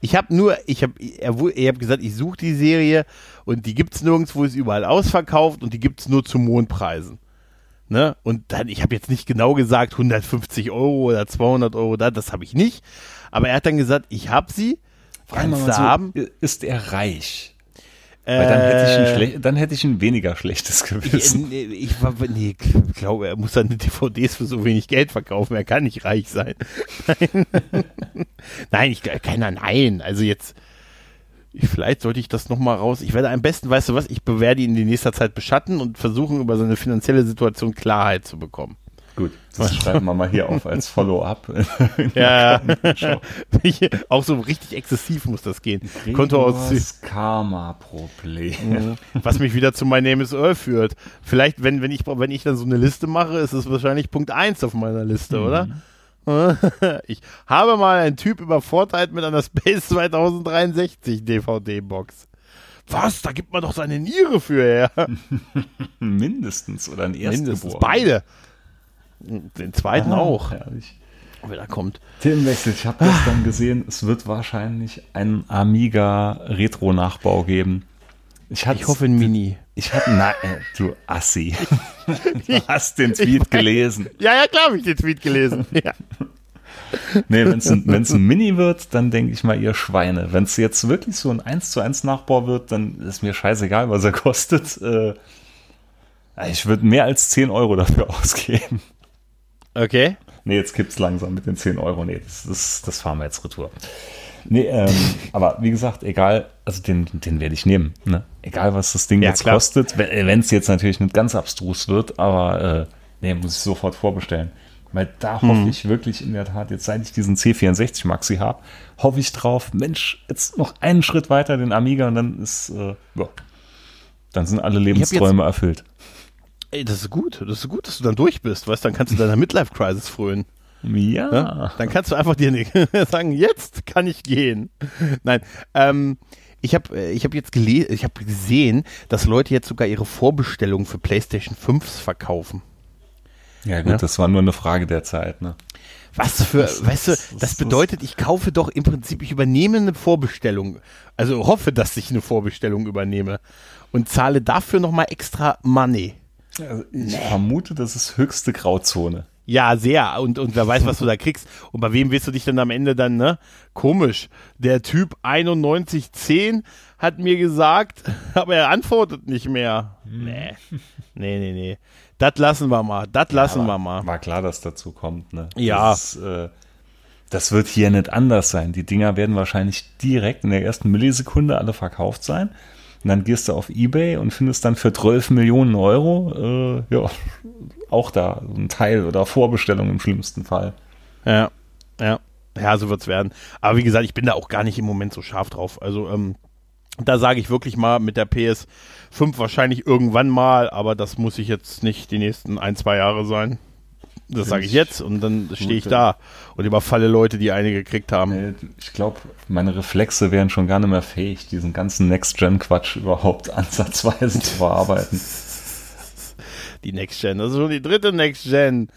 habt gesagt, ich suche die Serie und die gibt's nirgendwo, ist überall ausverkauft und die gibt's nur zu Mondpreisen. Ne? Und dann, ich habe jetzt nicht genau gesagt 150 Euro oder 200 Euro das habe ich nicht. Aber er hat dann gesagt, ich habe sie, kannst du haben. Ist er reich? Weil dann hätte ich ein weniger schlechtes Gewissen. Ich glaube, er muss seine DVDs für so wenig Geld verkaufen. Er kann nicht reich sein. Nein. Also jetzt, vielleicht sollte ich das nochmal raus. Ich werde am besten, weißt du was, ich werde ihn in nächster Zeit beschatten und versuchen, über seine finanzielle Situation Klarheit zu bekommen. Gut, das schreiben wir mal hier auf als Follow-up. Ja, auch so richtig exzessiv muss das gehen. Gregors Karma-Problem. Was mich wieder zu My Name is Earl führt. Vielleicht, wenn ich dann so eine Liste mache, ist es wahrscheinlich Punkt 1 auf meiner Liste, oder? Ich habe mal einen Typ übervorteilt mit einer Space 2063 DVD-Box. Was? Da gibt man doch seine Niere für her. Mindestens oder ein Erstgeborener. Beide. Den zweiten auch. Herrlich. Wenn er kommt. Themenwechsel. Ich habe gestern gesehen, es wird wahrscheinlich einen Amiga Retro-Nachbau geben. Ich hoffe ein Mini. Du Assi. Du hast den Tweet gelesen. Ja, klar habe ich den Tweet gelesen. Ja. Nee, wenn es ein Mini wird, dann denke ich mal, ihr Schweine. Wenn es jetzt wirklich so ein 1:1 Nachbau wird, dann ist mir scheißegal, was er kostet. Ich würde mehr als 10 Euro dafür ausgeben. Okay. Nee, jetzt kippt's langsam mit den 10 Euro. Nee, das fahren wir jetzt retour. Nee, aber wie gesagt, egal, also den werde ich nehmen. Ne? Egal, was das Ding jetzt kostet. Wenn es jetzt natürlich nicht ganz abstrus wird, aber muss ich sofort vorbestellen. Weil da hoffe ich wirklich in der Tat, jetzt seit ich diesen C64 Maxi habe, hoffe ich drauf, Mensch, jetzt noch einen Schritt weiter den Amiga und dann dann sind alle Lebensträume erfüllt. Ey, das ist gut, dass du dann durch bist, weißt, dann kannst du deiner Midlife-Crisis frönen. Ja. Dann kannst du einfach dir sagen, jetzt kann ich gehen. Nein, ich habe gesehen, dass Leute jetzt sogar ihre Vorbestellungen für PlayStation 5s verkaufen. Ja gut, das war nur eine Frage der Zeit, ne? Das bedeutet, ich kaufe doch im Prinzip, ich übernehme eine Vorbestellung, also hoffe, dass ich eine Vorbestellung übernehme und zahle dafür nochmal extra Money. Also ich vermute, das ist höchste Grauzone. Ja, sehr. Und wer weiß, was du da kriegst. Und bei wem willst du dich denn am Ende dann, ne? Komisch. Der Typ 9110 hat mir gesagt, aber er antwortet nicht mehr. Nee. Das lassen wir mal. War klar, dass dazu kommt, ne? Ja. Das wird hier nicht anders sein. Die Dinger werden wahrscheinlich direkt in der ersten Millisekunde alle verkauft sein. Und dann gehst du auf eBay und findest dann für 12 Millionen Euro auch da ein Teil oder Vorbestellung im schlimmsten Fall. Ja, so wird's werden. Aber wie gesagt, ich bin da auch gar nicht im Moment so scharf drauf. Also da sage ich wirklich mal mit der PS5 wahrscheinlich irgendwann mal, aber das muss ich jetzt nicht die nächsten 1-2 Jahre sein. Das sage ich jetzt und dann stehe ich da und überfalle Leute, die eine gekriegt haben. Ich glaube, meine Reflexe wären schon gar nicht mehr fähig, diesen ganzen Next-Gen-Quatsch überhaupt ansatzweise zu bearbeiten. Die Next-Gen, das ist schon die dritte Next-Gen.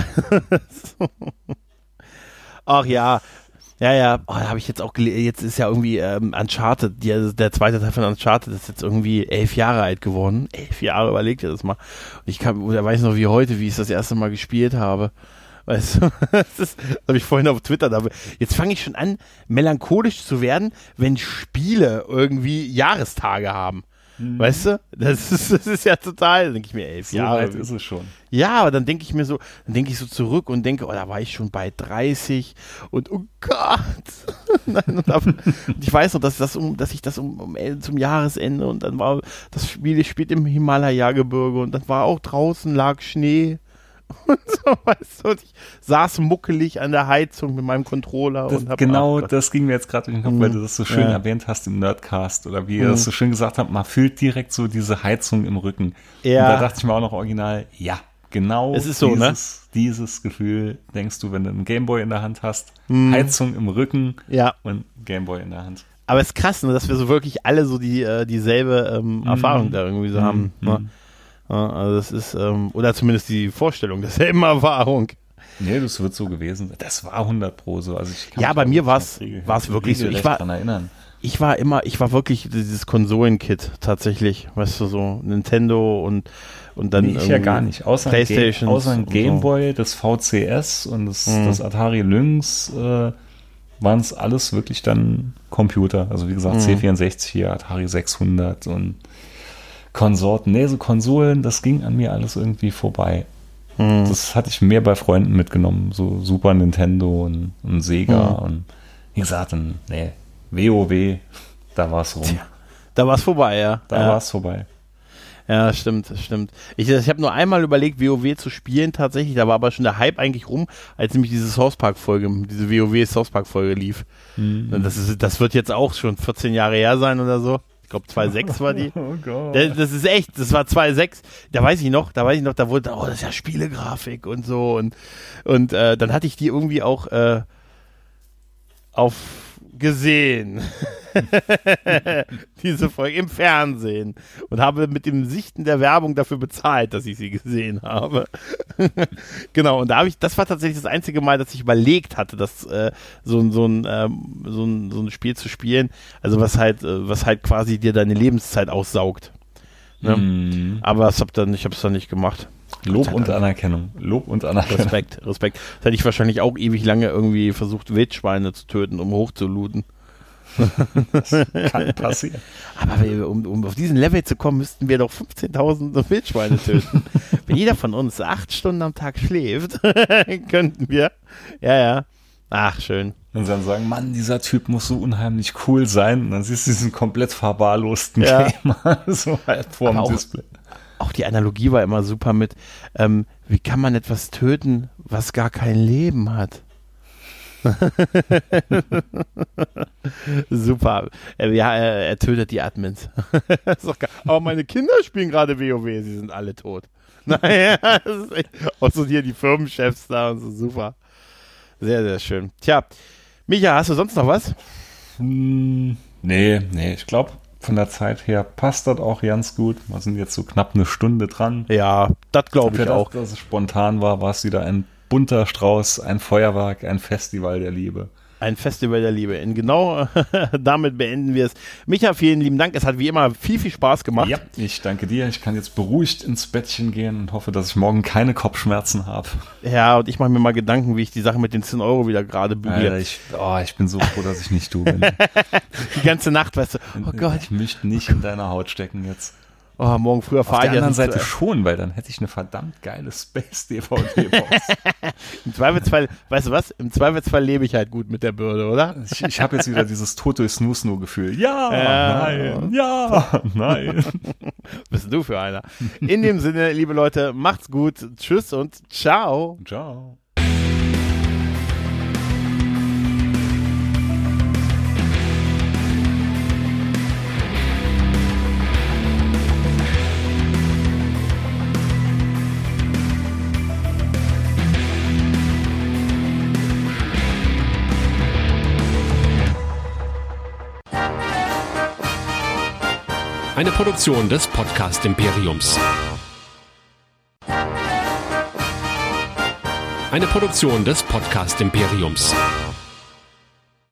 Ach ja. Ja, da habe ich jetzt auch jetzt ist ja irgendwie Uncharted, der zweite Teil von Uncharted ist jetzt irgendwie 11 Jahre alt geworden. 11 Jahre, überleg dir das mal. Und da weiß noch wie heute, wie ich es das erste Mal gespielt habe. Weißt du, das habe ich vorhin auf Twitter. Jetzt fange ich schon an, melancholisch zu werden, wenn Spiele irgendwie Jahrestage haben. Weißt du? Das ist ja total, denke ich mir, 11 Jahre. So weit ist es schon. Ja, aber dann denke ich so zurück und denke, oh, da war ich schon bei 30 und oh Gott. Nein, und ich weiß noch, dass ich das zum Jahresende und dann war das Spiel spielt im Himalaya-Gebirge und dann war auch draußen lag Schnee. Und so, weißt du, und ich saß muckelig an der Heizung mit meinem Controller. Das ging mir jetzt gerade in den Kopf, weil du das so schön erwähnt hast im Nerdcast oder wie ihr das so schön gesagt habt, man fühlt direkt so diese Heizung im Rücken. Ja. Und da dachte ich mir auch noch original, ja, genau es ist so, dieses Gefühl denkst du, wenn du einen Gameboy in der Hand hast, Heizung im Rücken und Gameboy in der Hand. Aber es ist krass, ne, dass wir so wirklich alle so dieselbe Erfahrung da irgendwie so haben. Ne? Ja, also das ist, oder zumindest die Vorstellung derselben Erfahrung. Nee, das wird so gewesen. Das war 100% so. Also ich kann bei mir war es wirklich so. Ich war wirklich dieses Konsolen-Kit tatsächlich. Weißt du, so Nintendo und dann ich ja gar nicht. Außer PlayStation. Außer ein Gameboy, das VCS und das Atari Lynx waren es alles wirklich dann Computer. Also wie gesagt, C64, Atari 600 und Konsorten. Nee, so Konsolen, das ging an mir alles irgendwie vorbei. Das hatte ich mehr bei Freunden mitgenommen, so Super Nintendo und Sega und wie gesagt, WoW, da war es rum. Tja, da war es vorbei, ja. War es vorbei. Ja, stimmt. Ich habe nur einmal überlegt, WoW zu spielen tatsächlich, da war aber schon der Hype eigentlich rum, als nämlich diese South Park-Folge, diese WoW South Park-Folge lief. Das wird jetzt auch schon 14 Jahre her sein oder so. Ich glaube 2.6 war die. Oh Gott. Das ist echt, das war 2.6. Da weiß ich noch, da wurde, das ist ja Spielegrafik und so. Und dann hatte ich die irgendwie auch gesehen. Diese Folge im Fernsehen. Und habe mit dem Sichten der Werbung dafür bezahlt, dass ich sie gesehen habe. Genau, und das war tatsächlich das einzige Mal, dass ich überlegt hatte, so ein Spiel zu spielen. Also was halt quasi dir deine Lebenszeit aussaugt. Ne? Aber ich habe es dann nicht gemacht. Lob und Anerkennung. Respekt. Das hätte ich wahrscheinlich auch ewig lange irgendwie versucht, Wildschweine zu töten, um hochzulooten. Das kann passieren. Aber um auf diesen Level zu kommen, müssten wir doch 15.000 Wildschweine töten. Wenn jeder von uns 8 Stunden am Tag schläft, könnten wir. Ja. Ach, schön. Und dann sagen, Mann, dieser Typ muss so unheimlich cool sein. Und dann siehst du diesen komplett verwahrlosten Gamer so halt vorm Display. Auch die Analogie war immer super mit, wie kann man etwas töten, was gar kein Leben hat? Super. Er tötet die Admins. Aber meine Kinder spielen gerade WoW, sie sind alle tot. Naja, das ist echt, auch so hier die Firmenchefs da und so, super. Sehr, sehr schön. Tja, Micha, hast du sonst noch was? Nee, ich glaube, von der Zeit her passt das auch ganz gut. Wir sind jetzt so knapp eine Stunde dran. Ja, das glaube ich auch. Dass es spontan war es wieder ein bunter Strauß, ein Feuerwerk, ein Festival der Liebe. Ein Festival der Liebe. Genau damit beenden wir es. Micha, vielen lieben Dank. Es hat wie immer viel, viel Spaß gemacht. Ja, ich danke dir. Ich kann jetzt beruhigt ins Bettchen gehen und hoffe, dass ich morgen keine Kopfschmerzen habe. Ja, und ich mache mir mal Gedanken, wie ich die Sache mit den 10 Euro wieder gerade bügle. Alter, ich bin so froh, dass ich nicht du bin. Die ganze Nacht, weißt du, oh Gott. Ich möchte nicht in deiner Haut stecken jetzt. Oh, morgen früher fahre ich. Auf der anderen Seite schon, weil dann hätte ich eine verdammt geile Space-DVD-Box. Im Zweifelsfall, weißt du was? Im Zweifelsfall lebe ich halt gut mit der Bürde, oder? Ich habe jetzt wieder dieses Toto-Snoo-Snoo-Gefühl. Nein. Was bist denn du für einer? In dem Sinne, liebe Leute, macht's gut. Tschüss und ciao. Ciao. Eine Produktion des Podcast Imperiums. Eine Produktion des Podcast Imperiums.